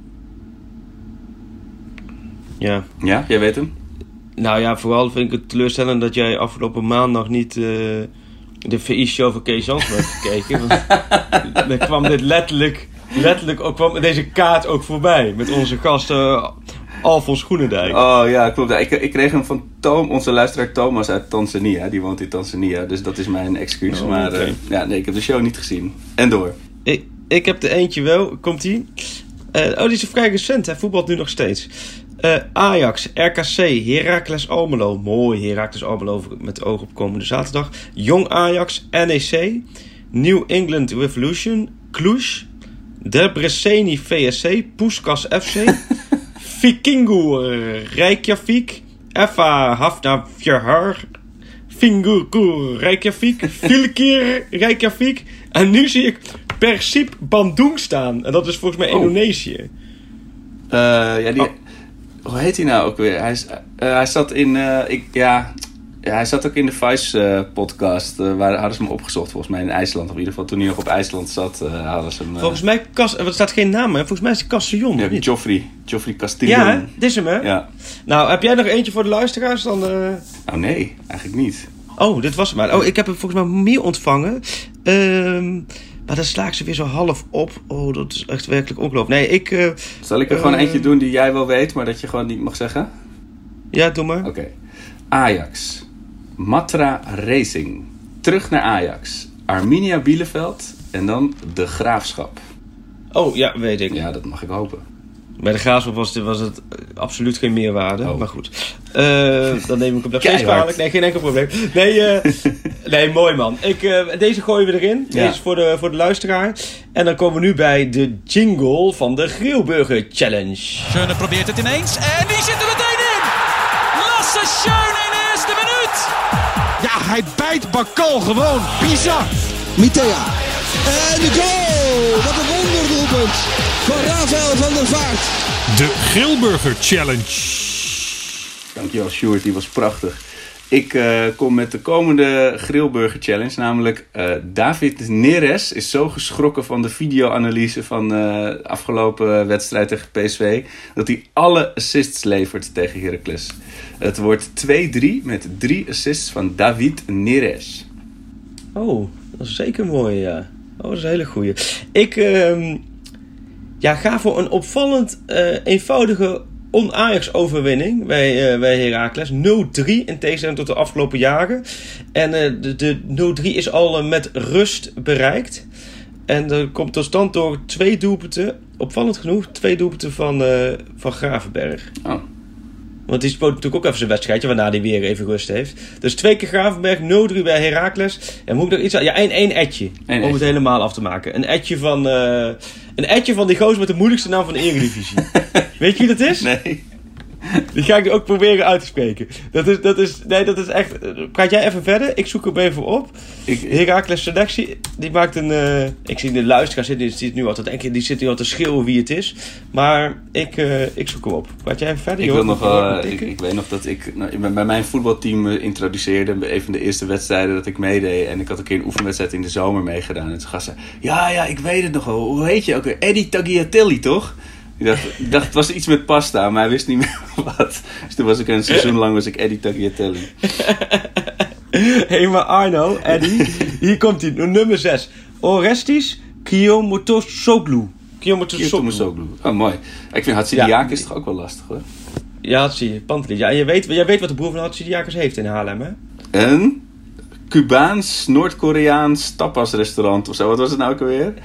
Ja. Ja, jij weet hem? Nou ja, vooral vind ik het teleurstellend dat jij afgelopen maandag niet de VI-show van Kees Jansma hebt gekeken. Want dan kwam dit letterlijk ook, kwam deze kaart ook voorbij. Met onze gast Alfons Groenendijk. Oh ja, klopt. Ik kreeg hem van onze luisteraar Thomas uit Tanzania. Die woont in Tanzania, dus dat is mijn excuus. Maar ik heb de show niet gezien. En door. Ik heb er eentje wel. Komt-ie? Die is vrij recent. Hij voetbalt nu nog steeds. Ajax, RKC, Heracles Almelo. Mooi, Heracles Almelo met oog op komende zaterdag. Jong Ajax, NEC. New England Revolution, Cluj. Debreceni VSC, Puskas FC. Vikingur Reykjavik. FA Hafnarfjörður. Fingur Reykjavik. Vilkir Reykjavik. En nu zie ik Persib Bandung staan. En dat is volgens mij Indonesië. Hoe heet hij nou ook weer? Hij zat in... hij zat ook in de Vice podcast. Waar hadden ze hem opgezocht, volgens mij in IJsland. Of in ieder geval toen hij nog op IJsland zat, hadden ze hem... Volgens mij, er staat geen naam, maar volgens mij is het Castellon. Ja, Geoffrey Castellon. Ja, dit is hem, hè? Ja. Nou, heb jij nog eentje voor de luisteraars dan? Nou, nee, eigenlijk niet. Oh, dit was het maar. Oh, ik heb er volgens mij meer ontvangen. Maar dan sla ik ze weer zo half op. Oh, dat is echt werkelijk ongelooflijk. Nee, Zal ik er gewoon eentje doen die jij wel weet, maar dat je gewoon niet mag zeggen? Ja, doe maar. Oké. Ajax. Matra Racing. Terug naar Ajax. Arminia Bielefeld. En dan de Graafschap. Oh, ja, weet ik. Ja, dat mag ik hopen. Bij de Graafschap was het absoluut geen meerwaarde. Oh. Maar goed. Dan neem ik hem nog steeds kwalijk. Nee, geen enkel probleem. Nee, mooi man. Deze gooien we erin. Ja. Deze is voor de luisteraar. En dan komen we nu bij de jingle van de Grillburger Challenge. Schöne probeert het ineens. En die zit er meteen in. Lasse Schöne in de eerste minuut. Ja, hij bijt Bakal gewoon. Bizar. Mitea. En de goal! Wat een wonderdoelpunt van Rafael van der Vaart. De Grillburger Challenge. Dankjewel, Sjoerd. Die was prachtig. Ik kom met de komende Grillburger Challenge. Namelijk David Neres is zo geschrokken van de videoanalyse van de afgelopen wedstrijd tegen PSV. Dat hij alle assists levert tegen Heracles. Het wordt 2-3 met 3 assists van David Neres. Oh, dat is zeker mooi, ja. Oh, dat is een hele goeie. Ik ga voor een opvallend eenvoudige on-Ajax-overwinning bij Heracles. 0-3 in tegenstelling tot de afgelopen jaren. En de 0-3 is al met rust bereikt. En dat komt tot stand door 2 doelpunten. Opvallend genoeg, 2 doelpunten van Gravenberg. Oh. Want die speelt natuurlijk ook even zijn wedstrijdje, waarna hij weer even rust heeft. Dus 2 keer Gravenberg, 0-3 bij Heracles. En moet ik nog iets aan? Ja, één etje. Om het helemaal af te maken. Een etje van die gozer met de moeilijkste naam van de Eredivisie. Weet je wie dat is? Nee. Die ga ik ook proberen uit te spreken. Dat is echt... Praat jij even verder? Ik zoek hem even op. Heracles Selectie, die maakt een... ik zie de luisteraar zit nu altijd... Die zit nu al te schreeuwen wie het is. Maar ik zoek hem op. Praat jij even verder? Ik weet nog dat ik bij mijn voetbalteam introduceerde. Een van de eerste wedstrijden dat ik meedeed. En ik had een keer een oefenwedstrijd in de zomer meegedaan. En toen gaf ze... Ja, ik weet het nog wel. Hoe heet je ook weer? Eddie Tagliatelli, toch? Ik dacht, het was iets met pasta, maar hij wist niet meer wat. Dus toen was ik een seizoen lang Eddie Tagliatelli. Hé, maar Arno, Eddie, hier komt hij, nummer 6. Orestis Kiyomotosoglu. Oh, mooi. Ik vind Hatsidiakis toch ook wel lastig, hoor. Ja, Hatsidiakis. Ja, jij weet wat de broer van Hatsidiakis heeft in Haarlem, hè? Een Cubaans, Noord-Koreaans tapasrestaurant of zo. Wat was het nou ook alweer?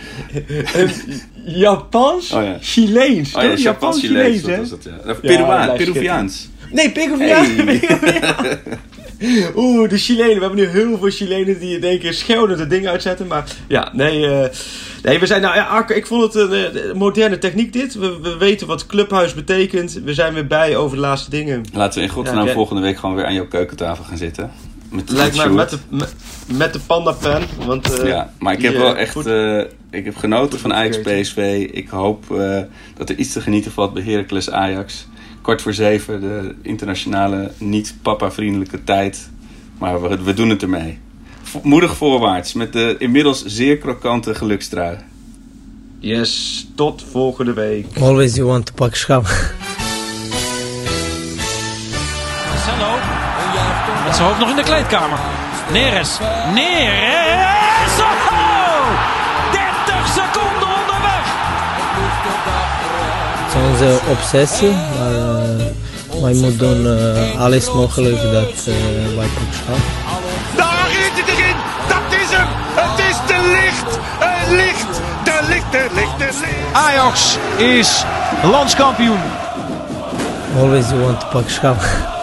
Japans, Chileens. Oh ja, Japans, Chileens, hè? Was het, ja. Peruviaans. Nee, Peruviaans. Hey. Oeh, de Chilenen. We hebben nu heel veel Chilenen die in één keer scheldende dingen uitzetten. Maar ja, we zijn... Nou ja, Arco, ik vond het een moderne techniek dit. We weten wat clubhuis betekent. We zijn weer bij over de laatste dingen. Laten we in godsnaam volgende week gewoon weer aan jouw keukentafel gaan zitten. Lijkt mij met de pandapen. Maar ik heb wel echt... ik heb genoten van Ajax PSV. Ik hoop dat er iets te genieten valt bij Heracles Ajax. 6:45, de internationale niet-papa-vriendelijke tijd. Maar we doen het ermee. Moedig voorwaarts met de inmiddels zeer krokante gelukstrui. Yes, tot volgende week. Always you want to pak schap. Marcelo. Met zijn hoofd nog in de kleedkamer. Neres. Oh! 30 seconden onderweg. Het is onze obsessie, maar je moet doen alles mogelijk dat wij pak schap. Daar is het erin. Dat is hem. Het is de licht. De licht. Ajax is landskampioen. Always you want to pak schaal.